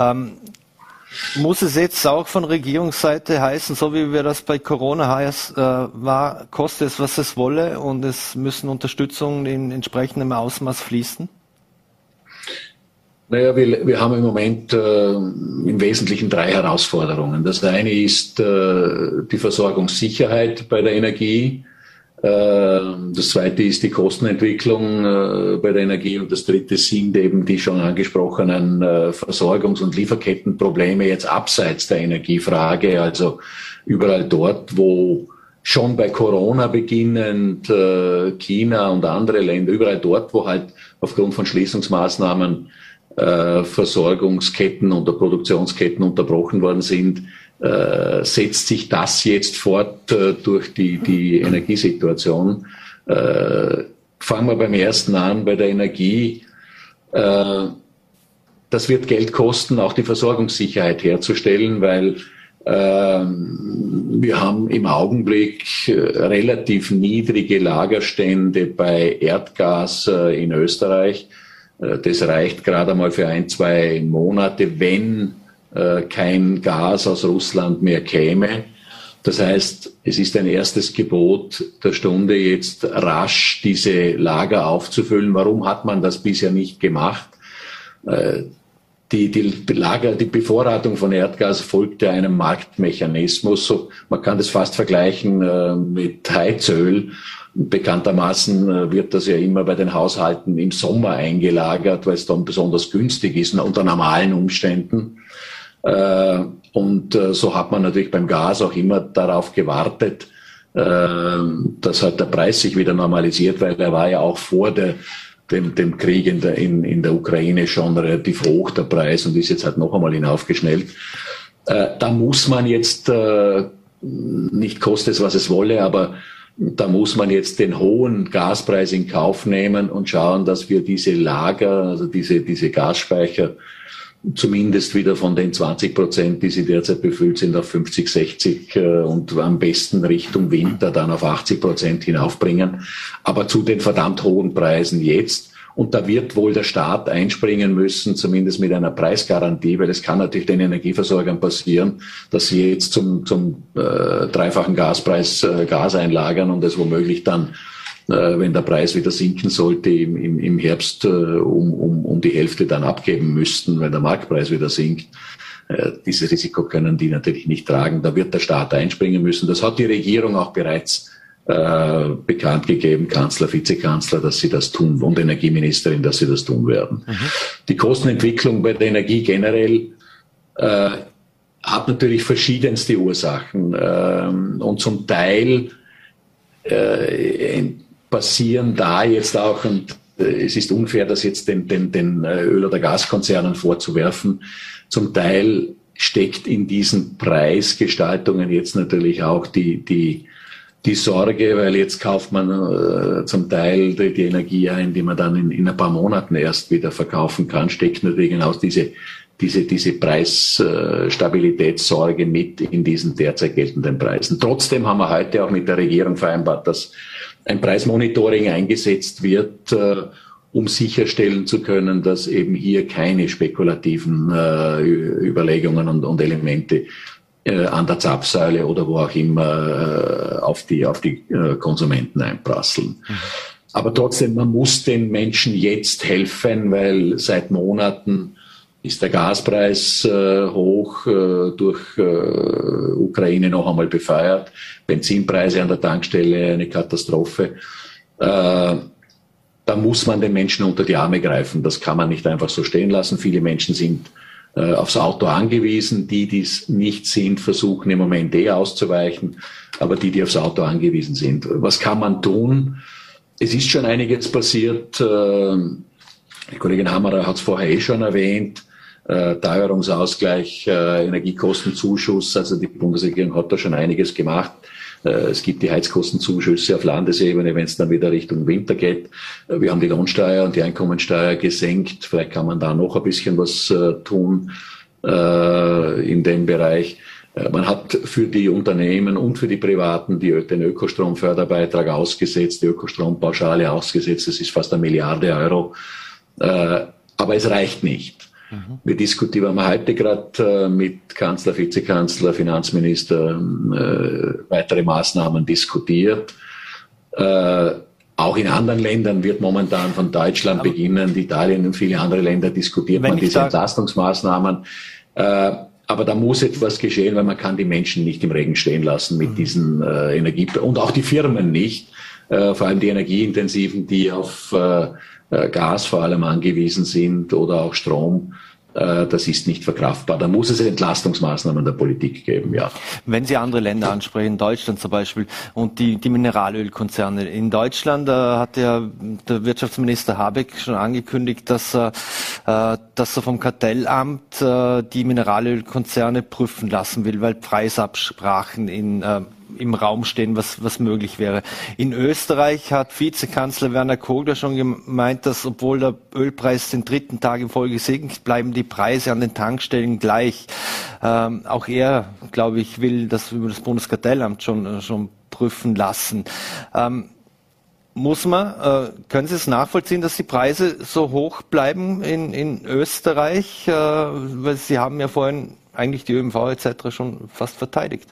Muss es jetzt auch von Regierungsseite heißen, so wie wir das bei Corona war, koste es, was es wolle und es müssen Unterstützungen in entsprechendem Ausmaß fließen? Naja, wir haben im Moment im Wesentlichen 3 Herausforderungen. Das eine ist die Versorgungssicherheit bei der Energie. Das zweite ist die Kostenentwicklung bei der Energie und das dritte sind eben die schon angesprochenen Versorgungs- und Lieferkettenprobleme jetzt abseits der Energiefrage, also überall dort, wo schon bei Corona beginnend China und andere Länder, überall dort, wo halt aufgrund von Schließungsmaßnahmen Versorgungsketten oder Produktionsketten unterbrochen worden sind, setzt sich das jetzt fort durch die Energiesituation. Fangen wir beim ersten an, bei der Energie. Das wird Geld kosten, auch die Versorgungssicherheit herzustellen, weil wir haben im Augenblick relativ niedrige Lagerstände bei Erdgas in Österreich. Das reicht gerade einmal für 1-2 Monate, wenn kein Gas aus Russland mehr käme. Das heißt, es ist ein erstes Gebot der Stunde, jetzt rasch diese Lager aufzufüllen. Warum hat man das bisher nicht gemacht? Die Bevorratung von Erdgas folgt ja einem Marktmechanismus. So, man kann das fast vergleichen mit Heizöl. Bekanntermaßen wird das ja immer bei den Haushalten im Sommer eingelagert, weil es dann besonders günstig ist unter normalen Umständen. Und so hat man natürlich beim Gas auch immer darauf gewartet, dass halt der Preis sich wieder normalisiert, weil er war ja auch vor dem Krieg in der Ukraine schon relativ hoch, der Preis, und ist jetzt halt noch einmal hinaufgeschnellt. Da muss man jetzt, nicht koste es, was es wolle, aber da muss man jetzt den hohen Gaspreis in Kauf nehmen und schauen, dass wir diese Lager, also diese Gasspeicher, zumindest wieder von den 20%, die sie derzeit befüllt sind, auf 50, 60 und am besten Richtung Winter dann auf 80% hinaufbringen. Aber zu den verdammt hohen Preisen jetzt. Und da wird wohl der Staat einspringen müssen, zumindest mit einer Preisgarantie, weil es kann natürlich den Energieversorgern passieren, dass sie jetzt zum dreifachen Gaspreis Gas einlagern und es womöglich dann, wenn der Preis wieder sinken sollte, im Herbst um die Hälfte dann abgeben müssten, weil der Marktpreis wieder sinkt. Dieses Risiko können die natürlich nicht tragen. Da wird der Staat einspringen müssen. Das hat die Regierung auch bereits bekannt gegeben, Kanzler, Vizekanzler, dass sie das tun und Energieministerin, dass sie das tun werden. Mhm. Die Kostenentwicklung bei der Energie generell hat natürlich verschiedenste Ursachen und zum Teil passieren da jetzt auch, und es ist unfair, das jetzt den Öl- oder Gaskonzernen vorzuwerfen, zum Teil steckt in diesen Preisgestaltungen jetzt natürlich auch die Sorge, weil jetzt kauft man zum Teil die Energie ein, die man dann in ein paar Monaten erst wieder verkaufen kann, steckt natürlich genau diese Preisstabilitätssorge mit in diesen derzeit geltenden Preisen. Trotzdem haben wir heute auch mit der Regierung vereinbart, dass ein Preismonitoring eingesetzt wird, um sicherstellen zu können, dass eben hier keine spekulativen Überlegungen und Elemente an der Zapfsäule oder wo auch immer auf die Konsumenten einprasseln. Mhm. Aber trotzdem, man muss den Menschen jetzt helfen, weil seit Monaten ist der Gaspreis hoch, durch Ukraine noch einmal befeuert, Benzinpreise an der Tankstelle eine Katastrophe. Da muss man den Menschen unter die Arme greifen. Das kann man nicht einfach so stehen lassen. Viele Menschen sind aufs Auto angewiesen. Die es nicht sind, versuchen im Moment auszuweichen. Aber die aufs Auto angewiesen sind. Was kann man tun? Es ist schon einiges passiert. Die Kollegin Hammerer hat es vorher schon erwähnt. Teuerungsausgleich, Energiekostenzuschuss. Also die Bundesregierung hat da schon einiges gemacht. Es gibt die Heizkostenzuschüsse auf Landesebene, wenn es dann wieder Richtung Winter geht. Wir haben die Lohnsteuer und die Einkommensteuer gesenkt. Vielleicht kann man da noch ein bisschen was tun in dem Bereich. Man hat für die Unternehmen und für die Privaten den Ökostromförderbeitrag ausgesetzt, die Ökostrompauschale ausgesetzt. Das ist fast 1 Milliarde Euro. Aber es reicht nicht. Wir diskutieren heute gerade mit Kanzler, Vizekanzler, Finanzminister weitere Maßnahmen diskutiert. Auch in anderen Ländern wird momentan von Deutschland beginnen, Italien und viele andere Länder diskutiert man diese Entlastungsmaßnahmen. Aber da muss etwas geschehen, weil man kann die Menschen nicht im Regen stehen lassen mit diesen und auch die Firmen nicht, vor allem die Energieintensiven, die auf Gas vor allem angewiesen sind oder auch Strom. Das ist nicht verkraftbar. Da muss es Entlastungsmaßnahmen der Politik geben, ja. Wenn Sie andere Länder ansprechen, Deutschland zum Beispiel, und die Mineralölkonzerne. In Deutschland hat ja der Wirtschaftsminister Habeck schon angekündigt, dass er vom Kartellamt die Mineralölkonzerne prüfen lassen will, weil Preisabsprachen im Raum stehen, was möglich wäre. In Österreich hat Vizekanzler Werner Kogler schon gemeint, dass obwohl der Ölpreis den 3. Tag in Folge sinkt, bleiben die Preise an den Tankstellen gleich. Auch er, glaube ich, will das über das Bundeskartellamt schon prüfen lassen. Können Sie es nachvollziehen, dass die Preise so hoch bleiben in Österreich? Weil Sie haben ja vorhin eigentlich die ÖMV etc. schon fast verteidigt.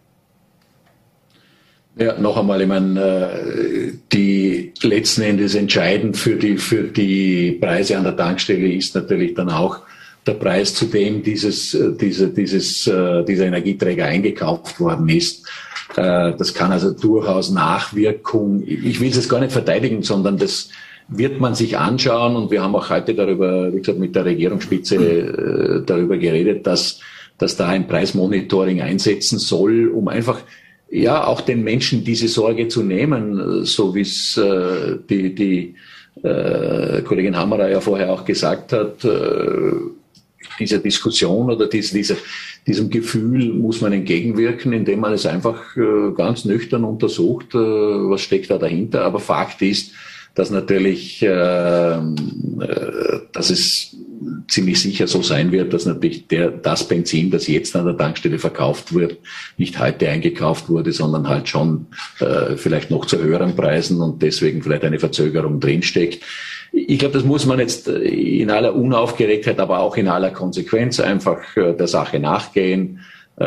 Ja, noch einmal, ich meine, die letzten Endes entscheidend für die Preise an der Tankstelle ist natürlich dann auch der Preis, zu dem dieser Energieträger eingekauft worden ist. Das kann also durchaus Nachwirkung, ich will es gar nicht verteidigen, sondern das wird man sich anschauen, und wir haben auch heute darüber, wie gesagt, mit der Regierungsspitze darüber geredet, dass da ein Preismonitoring einsetzen soll, um einfach auch den Menschen diese Sorge zu nehmen, so wie es die Kollegin Hammerer ja vorher auch gesagt hat. Dieser Diskussion oder diesem Gefühl muss man entgegenwirken, indem man es einfach ganz nüchtern untersucht, was steckt da dahinter. Aber Fakt ist, dass natürlich, dass es ziemlich sicher so sein wird, dass natürlich das Benzin, das jetzt an der Tankstelle verkauft wird, nicht heute eingekauft wurde, sondern halt schon vielleicht noch zu höheren Preisen und deswegen vielleicht eine Verzögerung drinsteckt. Ich glaube, das muss man jetzt in aller Unaufgeregtheit, aber auch in aller Konsequenz einfach der Sache nachgehen.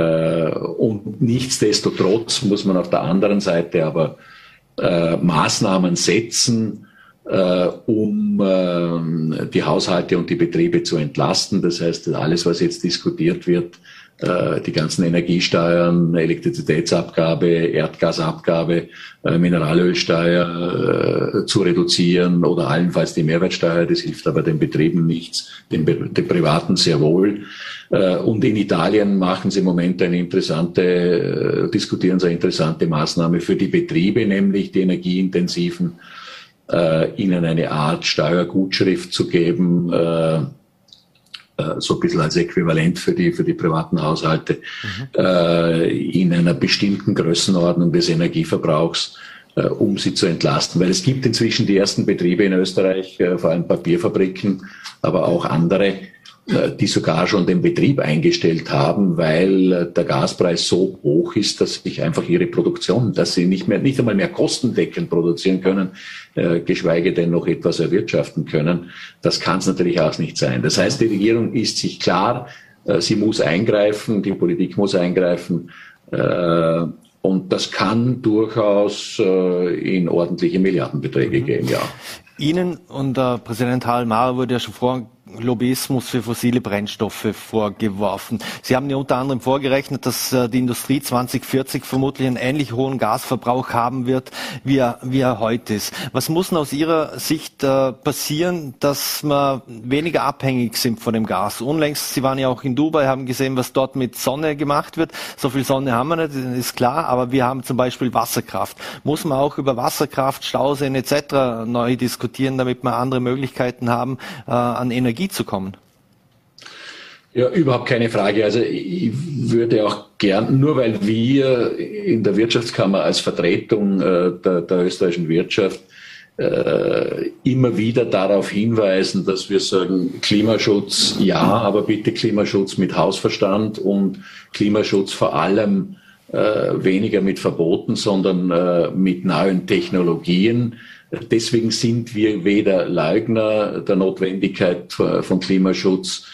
Und nichtsdestotrotz muss man auf der anderen Seite aber Maßnahmen setzen, um die Haushalte und die Betriebe zu entlasten. Das heißt, alles, was jetzt diskutiert wird, die ganzen Energiesteuern, Elektrizitätsabgabe, Erdgasabgabe, Mineralölsteuer zu reduzieren oder allenfalls die Mehrwertsteuer, das hilft aber den Betrieben nichts, den Privaten sehr wohl. Und in Italien machen sie im Moment diskutieren sie eine interessante Maßnahme für die Betriebe, nämlich die energieintensiven, ihnen eine Art Steuergutschrift zu geben, so ein bisschen als Äquivalent für die privaten Haushalte, in einer bestimmten Größenordnung des Energieverbrauchs, um sie zu entlasten. Weil es gibt inzwischen die ersten Betriebe in Österreich, vor allem Papierfabriken, aber auch andere, die sogar schon den Betrieb eingestellt haben, weil der Gaspreis so hoch ist, dass sich einfach ihre Produktion, dass sie nicht einmal mehr kostendeckend produzieren können, geschweige denn noch etwas erwirtschaften können. Das kann es natürlich auch nicht sein. Das heißt, die Regierung ist sich klar, sie muss eingreifen, die Politik muss eingreifen, und das kann durchaus in ordentliche Milliardenbeträge gehen, ja. Ihnen und Präsident Hallmar wurde ja schon vor Lobbyismus für fossile Brennstoffe vorgeworfen. Sie haben ja unter anderem vorgerechnet, dass die Industrie 2040 vermutlich einen ähnlich hohen Gasverbrauch haben wird, wie er heute ist. Was muss denn aus Ihrer Sicht passieren, dass wir weniger abhängig sind von dem Gas? Unlängst, Sie waren ja auch in Dubai, haben gesehen, was dort mit Sonne gemacht wird. So viel Sonne haben wir nicht, ist klar, aber wir haben zum Beispiel Wasserkraft. Muss man auch über Wasserkraft, Stauseen etc. neu diskutieren, damit wir andere Möglichkeiten haben, an Energie zu kommen? Ja, überhaupt keine Frage. Also ich würde auch gern, nur weil wir in der Wirtschaftskammer als Vertretung der österreichischen Wirtschaft immer wieder darauf hinweisen, dass wir sagen, Klimaschutz ja, aber bitte Klimaschutz mit Hausverstand und Klimaschutz vor allem weniger mit Verboten, sondern mit neuen Technologien. Deswegen sind wir weder Leugner der Notwendigkeit von Klimaschutz,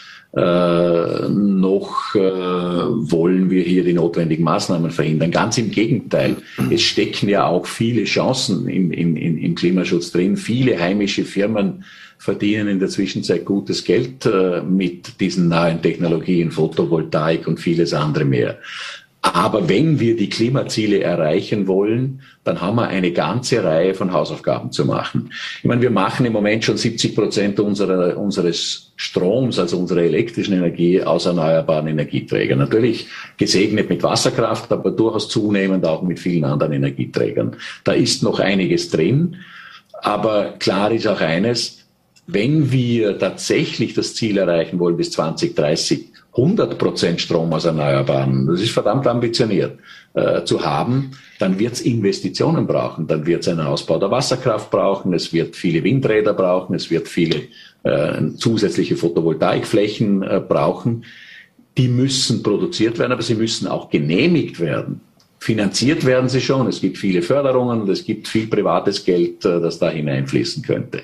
noch wollen wir hier die notwendigen Maßnahmen verhindern. Ganz im Gegenteil. Es stecken ja auch viele Chancen im Klimaschutz drin. Viele heimische Firmen verdienen in der Zwischenzeit gutes Geld mit diesen neuen Technologien, Photovoltaik und vieles andere mehr. Aber wenn wir die Klimaziele erreichen wollen, dann haben wir eine ganze Reihe von Hausaufgaben zu machen. Ich meine, wir machen im Moment schon 70% unseres Stroms, also unserer elektrischen Energie, aus erneuerbaren Energieträgern. Natürlich gesegnet mit Wasserkraft, aber durchaus zunehmend auch mit vielen anderen Energieträgern. Da ist noch einiges drin. Aber klar ist auch eines, wenn wir tatsächlich das Ziel erreichen wollen, bis 2030 100% Strom aus Erneuerbaren, das ist verdammt ambitioniert, zu haben, dann wird es Investitionen brauchen. Dann wird es einen Ausbau der Wasserkraft brauchen, es wird viele Windräder brauchen, es wird viele zusätzliche Photovoltaikflächen brauchen. Die müssen produziert werden, aber sie müssen auch genehmigt werden. Finanziert werden sie schon, es gibt viele Förderungen und es gibt viel privates Geld, das da hineinfließen könnte.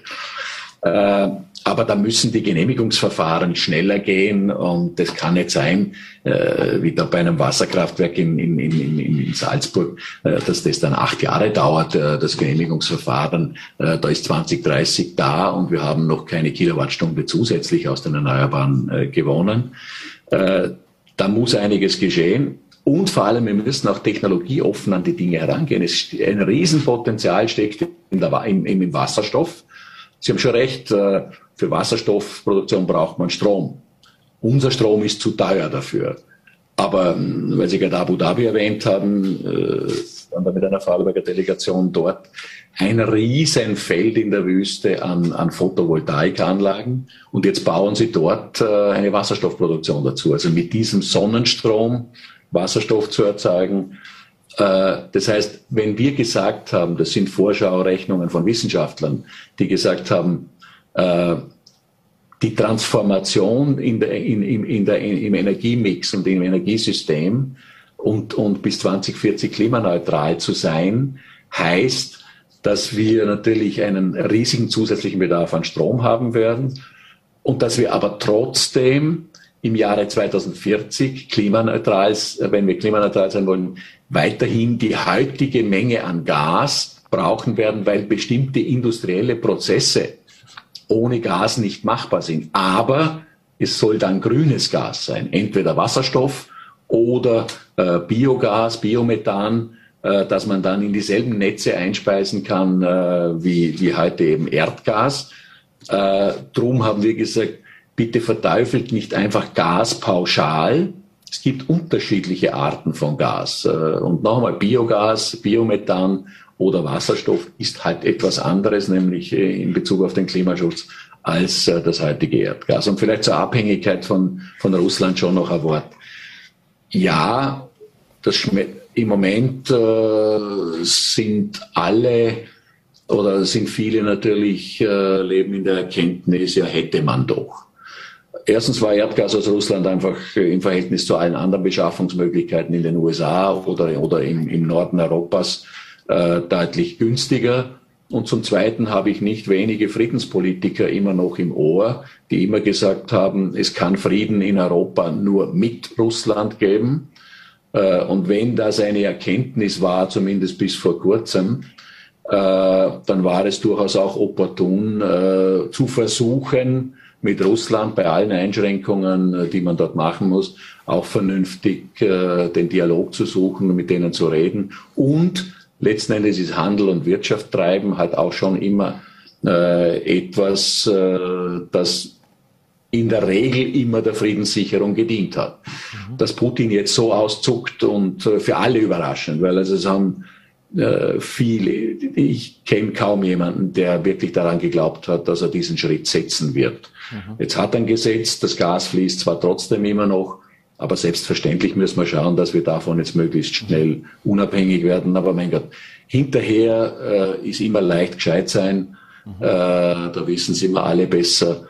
Aber da müssen die Genehmigungsverfahren schneller gehen und das kann nicht sein, wie da bei einem Wasserkraftwerk in Salzburg, dass das dann 8 Jahre dauert, das Genehmigungsverfahren. Da ist 2030 da und wir haben noch keine Kilowattstunde zusätzlich aus den Erneuerbaren gewonnen. Da muss einiges geschehen. Und vor allem, wir müssen auch technologieoffen an die Dinge herangehen. Ein Riesenpotenzial steckt im Wasserstoff. Sie haben schon recht, für Wasserstoffproduktion braucht man Strom. Unser Strom ist zu teuer dafür. Aber weil Sie gerade Abu Dhabi erwähnt haben, waren wir mit einer Vorarlberger Delegation dort, ein Riesenfeld in der Wüste an Photovoltaikanlagen. Und jetzt bauen Sie dort eine Wasserstoffproduktion dazu. Also mit diesem Sonnenstrom Wasserstoff zu erzeugen. Das heißt, wenn wir gesagt haben, das sind Vorschaurechnungen von Wissenschaftlern, die gesagt haben, die Transformation im Energiemix und im Energiesystem und bis 2040 klimaneutral zu sein, heißt, dass wir natürlich einen riesigen zusätzlichen Bedarf an Strom haben werden und dass wir aber trotzdem im Jahre 2040 wenn wir klimaneutral sein wollen, weiterhin die heutige Menge an Gas brauchen werden, weil bestimmte industrielle Prozesse ohne Gas nicht machbar sind. Aber es soll dann grünes Gas sein, entweder Wasserstoff oder Biogas, Biomethan, dass man dann in dieselben Netze einspeisen kann wie heute eben Erdgas. Drum haben wir gesagt, bitte verteufelt nicht einfach Gas pauschal. Es gibt unterschiedliche Arten von Gas. Und nochmal, Biogas, Biomethan oder Wasserstoff ist halt etwas anderes, nämlich in Bezug auf den Klimaschutz, als das heutige Erdgas. Und vielleicht zur Abhängigkeit von Russland schon noch ein Wort. Ja, im Moment sind viele natürlich leben in der Erkenntnis, ja, hätte man doch. Erstens war Erdgas aus Russland einfach im Verhältnis zu allen anderen Beschaffungsmöglichkeiten in den USA oder im Norden Europas deutlich günstiger. Und zum Zweiten habe ich nicht wenige Friedenspolitiker immer noch im Ohr, die immer gesagt haben, es kann Frieden in Europa nur mit Russland geben. Und wenn das eine Erkenntnis war, zumindest bis vor kurzem, dann war es durchaus auch opportun, zu versuchen, mit Russland bei allen Einschränkungen, die man dort machen muss, auch vernünftig den Dialog zu suchen, mit denen zu reden. Und letzten Endes ist Handel und Wirtschaft treiben halt auch schon immer etwas, das in der Regel immer der Friedenssicherung gedient hat. Dass Putin jetzt so auszuckt und für alle überraschend, weil also es haben viele, ich kenne kaum jemanden, der wirklich daran geglaubt hat, dass er diesen Schritt setzen wird. Jetzt hat er ein Gesetz, das Gas fließt zwar trotzdem immer noch, aber selbstverständlich müssen wir schauen, dass wir davon jetzt möglichst schnell unabhängig werden. Aber mein Gott, hinterher ist immer leicht gescheit sein. Da wissen es immer alle besser.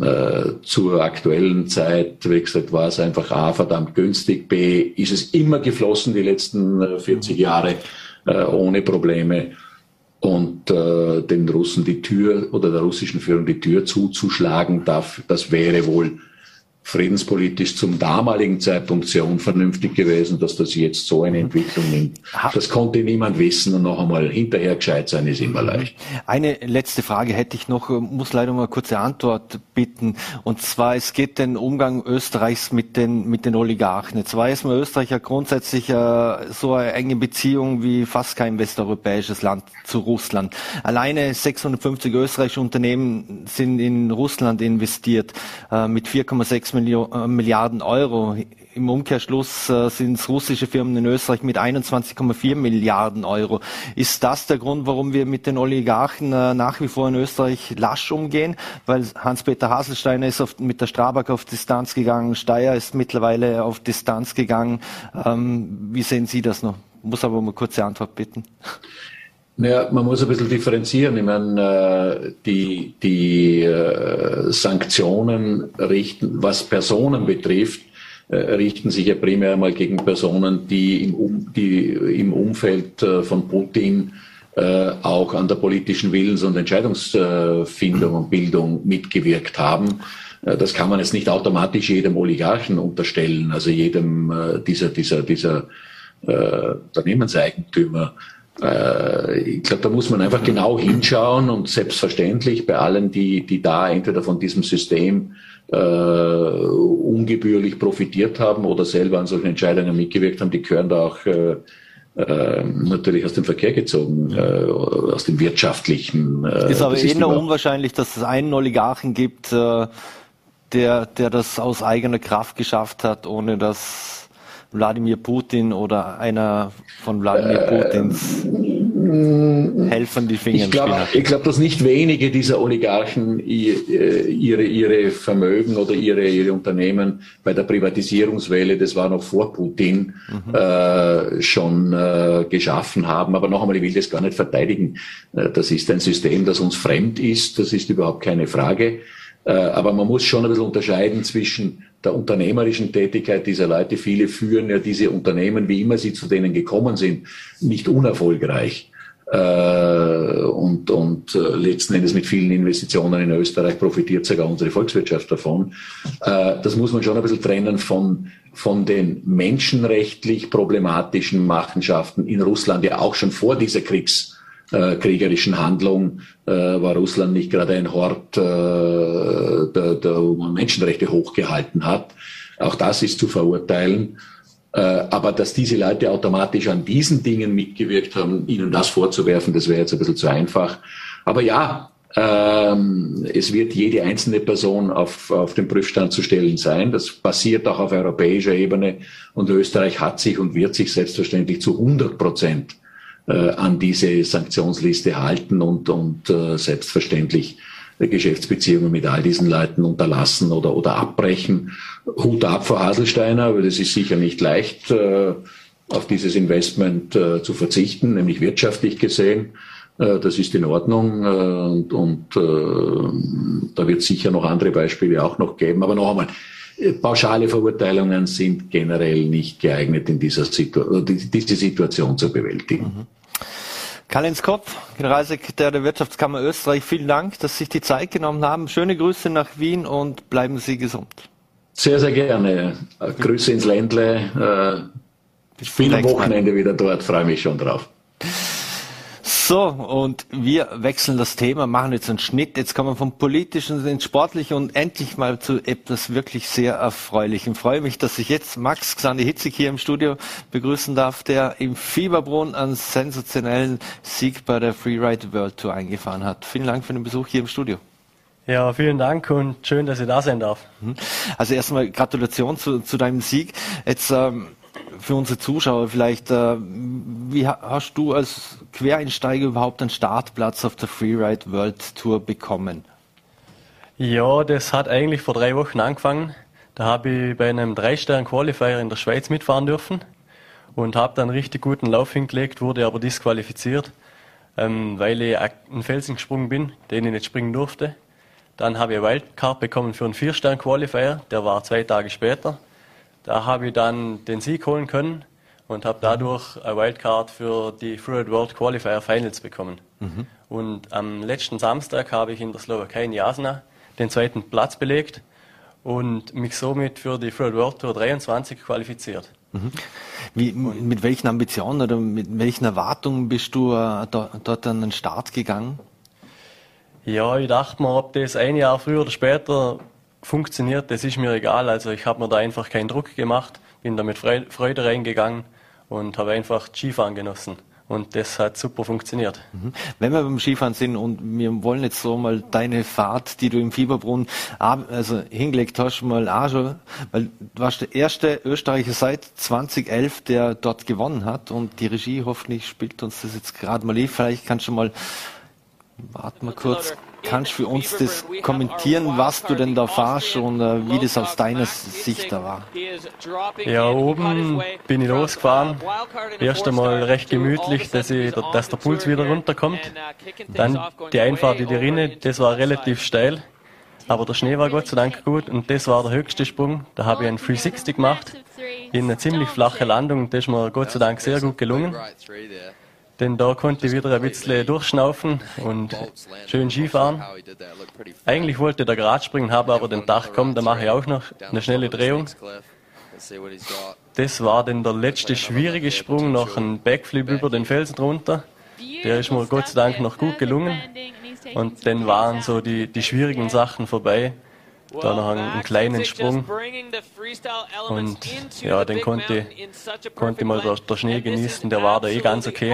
Zur aktuellen Zeit, wie gesagt, war es einfach A, verdammt günstig, B, ist es immer geflossen die letzten 40 Jahre ohne Probleme. Und den Russen die Tür oder der russischen Führung die Tür zuzuschlagen darf, das wäre wohl friedenspolitisch zum damaligen Zeitpunkt sehr unvernünftig gewesen, dass das jetzt so eine Entwicklung nimmt. Das konnte niemand wissen und noch einmal hinterher gescheit sein ist immer leicht. Eine letzte Frage hätte ich noch, muss leider mal eine kurze Antwort bitten. Und zwar, es geht den Umgang Österreichs mit den Oligarchen. Jetzt weiß man, Österreich hat grundsätzlich so eine enge Beziehung wie fast kein westeuropäisches Land zu Russland. Alleine 650 österreichische Unternehmen sind in Russland investiert mit 4,6 Milliarden Euro. Im Umkehrschluss sind es russische Firmen in Österreich mit 21,4 Milliarden Euro. Ist das der Grund, warum wir mit den Oligarchen nach wie vor in Österreich lasch umgehen? Weil Hans-Peter Haselsteiner ist mit der Strabag auf Distanz gegangen, Steyer ist mittlerweile auf Distanz gegangen. Wie sehen Sie das noch? Muss aber um eine kurze Antwort bitten. Naja, man muss ein bisschen differenzieren. Ich meine, die Sanktionen was Personen betrifft, richten sich ja primär mal gegen Personen, die im Umfeld von Putin auch an der politischen Willens- und Entscheidungsfindung und Bildung mitgewirkt haben. Das kann man jetzt nicht automatisch jedem Oligarchen unterstellen, also jedem dieser Unternehmenseigentümer. Ich glaube, da muss man einfach genau hinschauen und selbstverständlich bei allen, die da entweder von diesem System ungebührlich profitiert haben oder selber an solchen Entscheidungen mitgewirkt haben, die gehören da auch natürlich aus dem Verkehr gezogen, aus dem wirtschaftlichen. Ist aber eher unwahrscheinlich, dass es einen Oligarchen gibt, der das aus eigener Kraft geschafft hat, ohne dass Wladimir Putin oder einer von Wladimir Putins Helfern die Finger im Spiel hat. Ich glaube, dass nicht wenige dieser Oligarchen ihre Vermögen oder ihre Unternehmen bei der Privatisierungswelle, das war noch vor Putin, schon geschaffen haben. Aber noch einmal, ich will das gar nicht verteidigen. Das ist ein System, das uns fremd ist. Das ist überhaupt keine Frage. Aber man muss schon ein bisschen unterscheiden zwischen der unternehmerischen Tätigkeit dieser Leute. Viele führen ja diese Unternehmen, wie immer sie zu denen gekommen sind, nicht unerfolgreich. und letzten Endes mit vielen Investitionen in Österreich profitiert sogar unsere Volkswirtschaft davon. Das muss man schon ein bisschen trennen von den menschenrechtlich problematischen Machenschaften in Russland, ja auch schon vor dieser kriegerischen Handlung war Russland nicht gerade ein Hort, der Menschenrechte hochgehalten hat. Auch das ist zu verurteilen. Aber dass diese Leute automatisch an diesen Dingen mitgewirkt haben, ihnen das vorzuwerfen, das wäre jetzt ein bisschen zu einfach. Aber ja, es wird jede einzelne Person auf den Prüfstand zu stellen sein. Das passiert auch auf europäischer Ebene. Und Österreich hat sich und wird sich selbstverständlich zu 100% an diese Sanktionsliste halten und selbstverständlich Geschäftsbeziehungen mit all diesen Leuten unterlassen oder abbrechen. Hut ab vor Haselsteiner, weil es ist sicher nicht leicht, auf dieses Investment zu verzichten, nämlich wirtschaftlich gesehen. Das ist in Ordnung und da wird es sicher noch andere Beispiele auch noch geben. Aber noch einmal, pauschale Verurteilungen sind generell nicht geeignet, diese Situation zu bewältigen. Mhm. Karl-Heinz Kopf, Generalsekretär der Wirtschaftskammer Österreich, vielen Dank, dass Sie sich die Zeit genommen haben. Schöne Grüße nach Wien und bleiben Sie gesund. Sehr, sehr gerne. Grüße ins Ländle. Ich bin am Wochenende wieder dort, freue mich schon drauf. So, und wir wechseln das Thema, machen jetzt einen Schnitt. Jetzt kommen wir vom Politischen ins Sportliche und endlich mal zu etwas wirklich sehr Erfreulichem. Ich freue mich, dass ich jetzt Max Xandi Hitzig hier im Studio begrüßen darf, der im Fieberbrunn einen sensationellen Sieg bei der Freeride World Tour eingefahren hat. Vielen Dank für den Besuch hier im Studio. Ja, vielen Dank und schön, dass ich da sein darf. Also erstmal Gratulation zu deinem Sieg. Jetzt für unsere Zuschauer vielleicht, wie hast du als Quereinsteiger überhaupt einen Startplatz auf der Freeride World Tour bekommen? Ja, das hat eigentlich vor 3 Wochen angefangen. Da habe ich bei einem 3-Stern-Qualifier in der Schweiz mitfahren dürfen und habe dann einen richtig guten Lauf hingelegt, wurde aber disqualifiziert, weil ich einen Felsen gesprungen bin, den ich nicht springen durfte. Dann habe ich eine Wildcard bekommen für einen 4-Stern-Qualifier, der war 2 Tage später. Da habe ich dann den Sieg holen können und habe dadurch eine Wildcard für die Freeride World Qualifier Finals bekommen. Und am letzten Samstag habe ich in der Slowakei in Jasna den 2. Platz belegt und mich somit für die Freeride World Tour 23 qualifiziert. Mit welchen Ambitionen oder mit welchen Erwartungen bist du dort an den Start gegangen? Ja, ich dachte mir, ob das ein Jahr früher oder später funktioniert, das ist mir egal. Also ich habe mir da einfach keinen Druck gemacht, bin da mit Freude reingegangen und habe einfach Skifahren genossen. Und das hat super funktioniert. Wenn wir beim Skifahren sind und wir wollen jetzt so mal deine Fahrt, die du im Fieberbrunn hingelegt hast, mal anschauen, weil du warst der erste Österreicher seit 2011, der dort gewonnen hat und die Regie hoffentlich spielt uns das jetzt gerade mal live. Vielleicht kannst du mal, warte mal kurz, kannst du für uns das kommentieren, was du denn da fahrst und wie das aus deiner Sicht da war? Ja, oben bin ich losgefahren. Erst einmal recht gemütlich, dass der Puls wieder runterkommt. Dann die Einfahrt in die Rinne, das war relativ steil. Aber der Schnee war Gott sei Dank gut und das war der höchste Sprung. Da habe ich einen 360 gemacht in eine ziemlich flache Landung und das ist mir Gott sei Dank sehr gut gelungen. Denn da konnte ich wieder ein bisschen durchschnaufen und schön Skifahren. Eigentlich wollte ich da gerade springen, habe aber den Tag, komm, da mache ich auch noch eine schnelle Drehung. Das war dann der letzte schwierige Sprung, noch ein Backflip über den Felsen drunter. Der ist mir Gott sei Dank noch gut gelungen. Und dann waren so die schwierigen Sachen vorbei. Da noch einen kleinen Sprung und ja, den konnte ich mal der Schnee genießen, der war da eh ganz okay.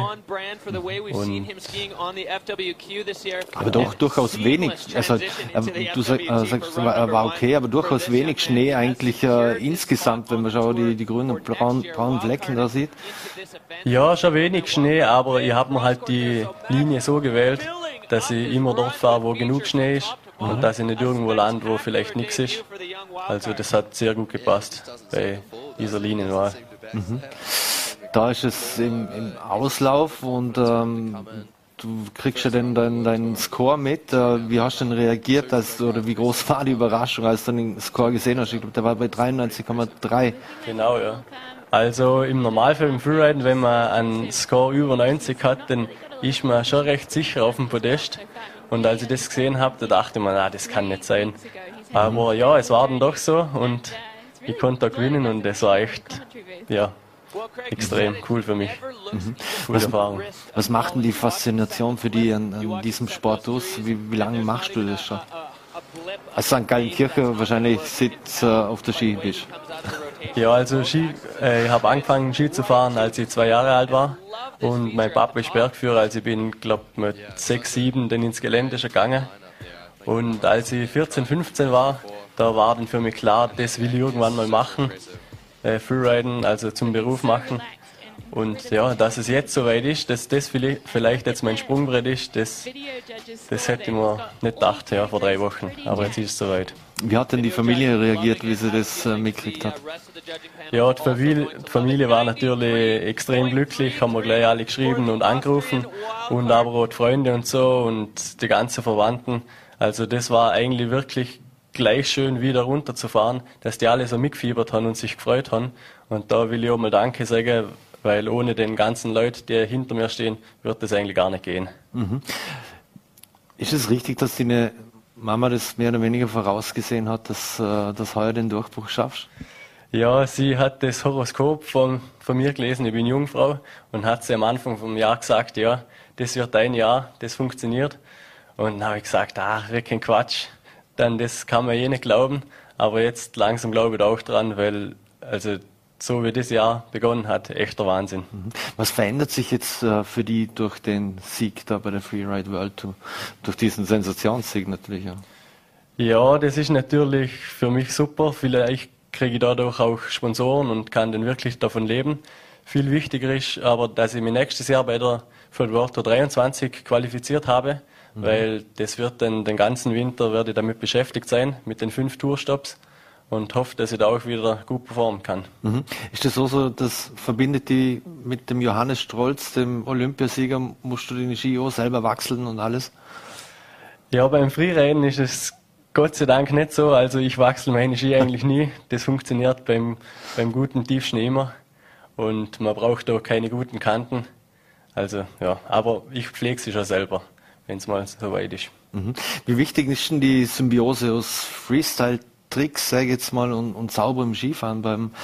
Aber doch durchaus wenig, also du sagst, war okay, aber durchaus wenig Schnee eigentlich insgesamt, wenn man schaut, die grünen und braunen Flecken da sieht. Ja, schon wenig Schnee, aber ich habe mir halt die Linie so gewählt, dass ich immer dort fahre, wo genug Schnee ist. Und dass ich nicht irgendwo lande, wo vielleicht nichts ist. Also das hat sehr gut gepasst bei dieser Linienwahl. Da ist es im Auslauf und du kriegst ja deinen Score mit. Wie hast du denn reagiert, oder wie groß war die Überraschung, als du den Score gesehen hast? Ich glaube, der war bei 93,3. Genau, ja. Also im Normalfall im Freeriden, wenn man einen Score über 90 hat, dann ist man schon recht sicher auf dem Podest. Und als ich das gesehen habe, da dachte ich mir, das kann nicht sein. Aber ja, es war dann doch so und ich konnte da gewinnen und das war echt, ja, extrem cool für mich. Coole Erfahrung. Was macht denn die Faszination für dich an diesem Sport aus? Wie lange machst du das schon? Als St. Gallenkirchen wahrscheinlich seit auf der Ski bist. Ja, also ich habe angefangen Ski zu fahren, als ich 2 Jahre alt war. Und mein Papa ist Bergführer, also ich bin, glaube ich, mit 6, 7 dann ins Gelände schon gegangen. Und als ich 14, 15 war, da war dann für mich klar, das will ich irgendwann mal machen. Freeriden, also zum Beruf machen. Und ja, dass es jetzt soweit ist, dass das vielleicht jetzt mein Sprungbrett ist, das hätte ich mir nicht gedacht, ja, vor 3 Wochen. Aber jetzt ist es soweit. Wie hat denn die Familie reagiert, wie sie das mitgekriegt hat? Ja, die Familie war natürlich extrem glücklich, haben wir gleich alle geschrieben und angerufen. Und aber auch die Freunde und so und die ganzen Verwandten. Also das war eigentlich wirklich gleich schön wieder runterzufahren, dass die alle so mitgefiebert haben und sich gefreut haben. Und da will ich auch mal Danke sagen, weil ohne den ganzen Leuten, die hinter mir stehen, wird das eigentlich gar nicht gehen. Mhm. Ist es richtig, dass deine Mama das mehr oder weniger vorausgesehen hat, dass du heuer den Durchbruch schaffst? Ja, sie hat das Horoskop von mir gelesen, ich bin Jungfrau, und hat sie am Anfang vom Jahr gesagt, ja, das wird dein Jahr, das funktioniert. Und dann habe ich gesagt, wirklich Quatsch, dann das kann man nicht glauben, aber jetzt langsam glaube ich da auch dran, weil also so wie das Jahr begonnen hat, echter Wahnsinn. Was verändert sich jetzt für die durch den Sieg da bei der Freeride World Tour, durch diesen Sensationssieg natürlich? Ja, ja, das ist natürlich für mich super, vielleicht kriege ich dadurch auch Sponsoren und kann dann wirklich davon leben. Viel wichtiger ist aber, dass ich mich nächstes Jahr bei der World Tour 23 qualifiziert habe, weil das wird dann den ganzen Winter werde ich damit beschäftigt sein, mit den 5 Tourstops und hoffe, dass ich da auch wieder gut performen kann. Ist das so, das verbindet die mit dem Johannes Strolz, dem Olympiasieger, musst du den Ski auch selber wachseln und alles? Ja, beim Freeriden ist es Gott sei Dank nicht so, also ich wachsle meine Ski eigentlich nie, das funktioniert beim guten Tiefschnee immer und man braucht auch keine guten Kanten, also ja, aber ich pflege sie schon selber, wenn es mal so weit ist. Wie wichtig ist denn die Symbiose aus Freestyle-Tricks, sage ich jetzt mal, und sauberem Skifahren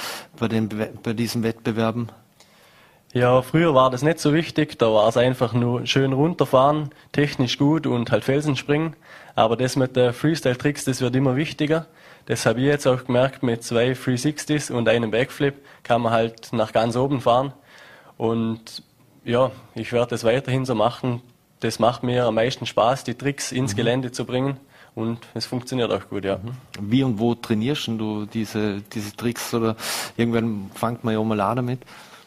bei diesen Wettbewerben? Ja, früher war das nicht so wichtig, da war es einfach nur schön runterfahren, technisch gut und halt Felsen springen. Aber das mit der Freestyle-Tricks, das wird immer wichtiger. Das habe ich jetzt auch gemerkt, mit 2 360s und einem Backflip kann man halt nach ganz oben fahren. Und ja, ich werde das weiterhin so machen. Das macht mir am meisten Spaß, die Tricks ins Gelände zu bringen. Und es funktioniert auch gut, ja. Wie und wo trainierst du diese Tricks? Oder irgendwann fängt man ja mal an damit?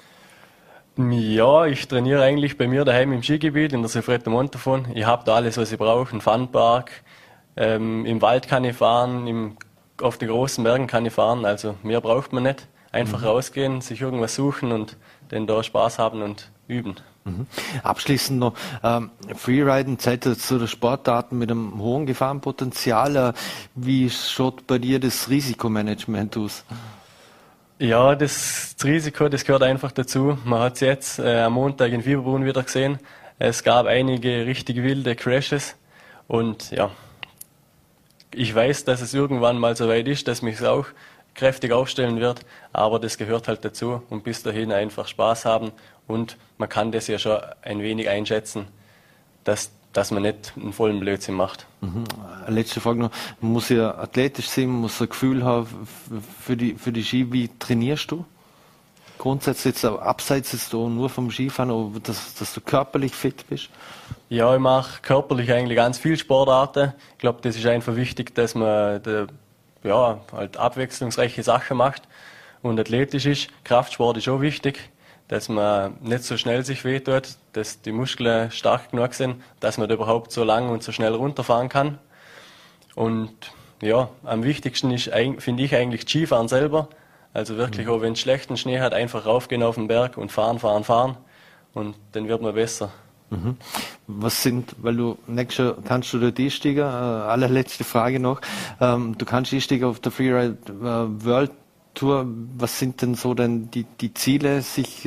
Ja, ich trainiere eigentlich bei mir daheim im Skigebiet, in der Silfreto Montafon. Ich habe da alles, was ich brauche, einen Funpark. Im Wald kann ich fahren, auf den großen Bergen kann ich fahren, also mehr braucht man nicht. Einfach rausgehen, sich irgendwas suchen und dann da Spaß haben und üben. Abschließend noch, Freeriden zählt zu der Sportarten mit einem hohen Gefahrenpotenzial. Wie schaut bei dir das Risikomanagement aus? Ja, das Risiko, das gehört einfach dazu. Man hat es jetzt am Montag in Fieberbrunn wieder gesehen. Es gab einige richtig wilde Crashes und ja, ich weiß, dass es irgendwann mal so weit ist, dass mich es auch kräftig aufstellen wird, aber das gehört halt dazu und bis dahin einfach Spaß haben und man kann das ja schon ein wenig einschätzen, dass man nicht einen vollen Blödsinn macht. Letzte Frage noch, man muss ja athletisch sein, man muss ein Gefühl haben für die Ski. Wie trainierst du? Grundsätzlich jetzt abseits jetzt nur vom Skifahren, oder dass du körperlich fit bist? Ja, ich mache körperlich eigentlich ganz viele Sportarten. Ich glaube, das ist einfach wichtig, dass man halt abwechslungsreiche Sachen macht und athletisch ist. Kraftsport ist auch wichtig, dass man nicht so schnell sich wehtut, dass die Muskeln stark genug sind, dass man da überhaupt so lang und so schnell runterfahren kann. Und ja, am wichtigsten ist, finde ich eigentlich Skifahren selber. Also wirklich, auch wenn es schlechten Schnee hat, einfach raufgehen auf den Berg und fahren und dann wird man besser. Was sind, weil du nächstes Jahr kannst du dort einsteigen, allerletzte Frage noch, du kannst einsteigen auf der Freeride World Tour, was sind denn so denn die Ziele, sich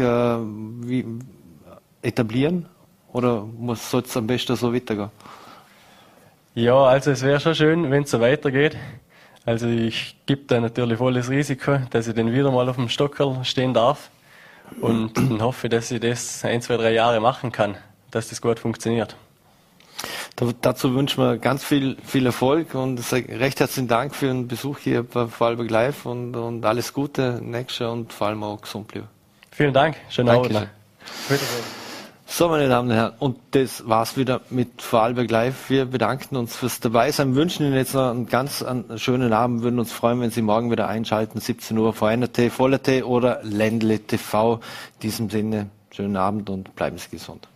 etablieren oder soll es am besten so weitergehen? Ja, also es wäre schon schön, wenn es so weitergeht. Also ich gebe da natürlich volles Risiko, dass ich dann wieder mal auf dem Stockerl stehen darf und dann hoffe, dass ich das 1, 2, 3 Jahre machen kann, dass das gut funktioniert. Dazu wünschen wir ganz viel Erfolg und recht herzlichen Dank für den Besuch hier bei Vorarlberg Live und alles Gute nächstes Jahr und vor allem auch gesund bleiben. Vielen Dank, schönen Abend. So, meine Damen und Herren, und das war's wieder mit Vorarlberg Live. Wir bedanken uns fürs Dabeisein, wünschen Ihnen jetzt noch einen schönen Abend, würden uns freuen, wenn Sie morgen wieder einschalten, 17 Uhr, VNRT, Voll.at oder Ländle TV. In diesem Sinne, schönen Abend und bleiben Sie gesund.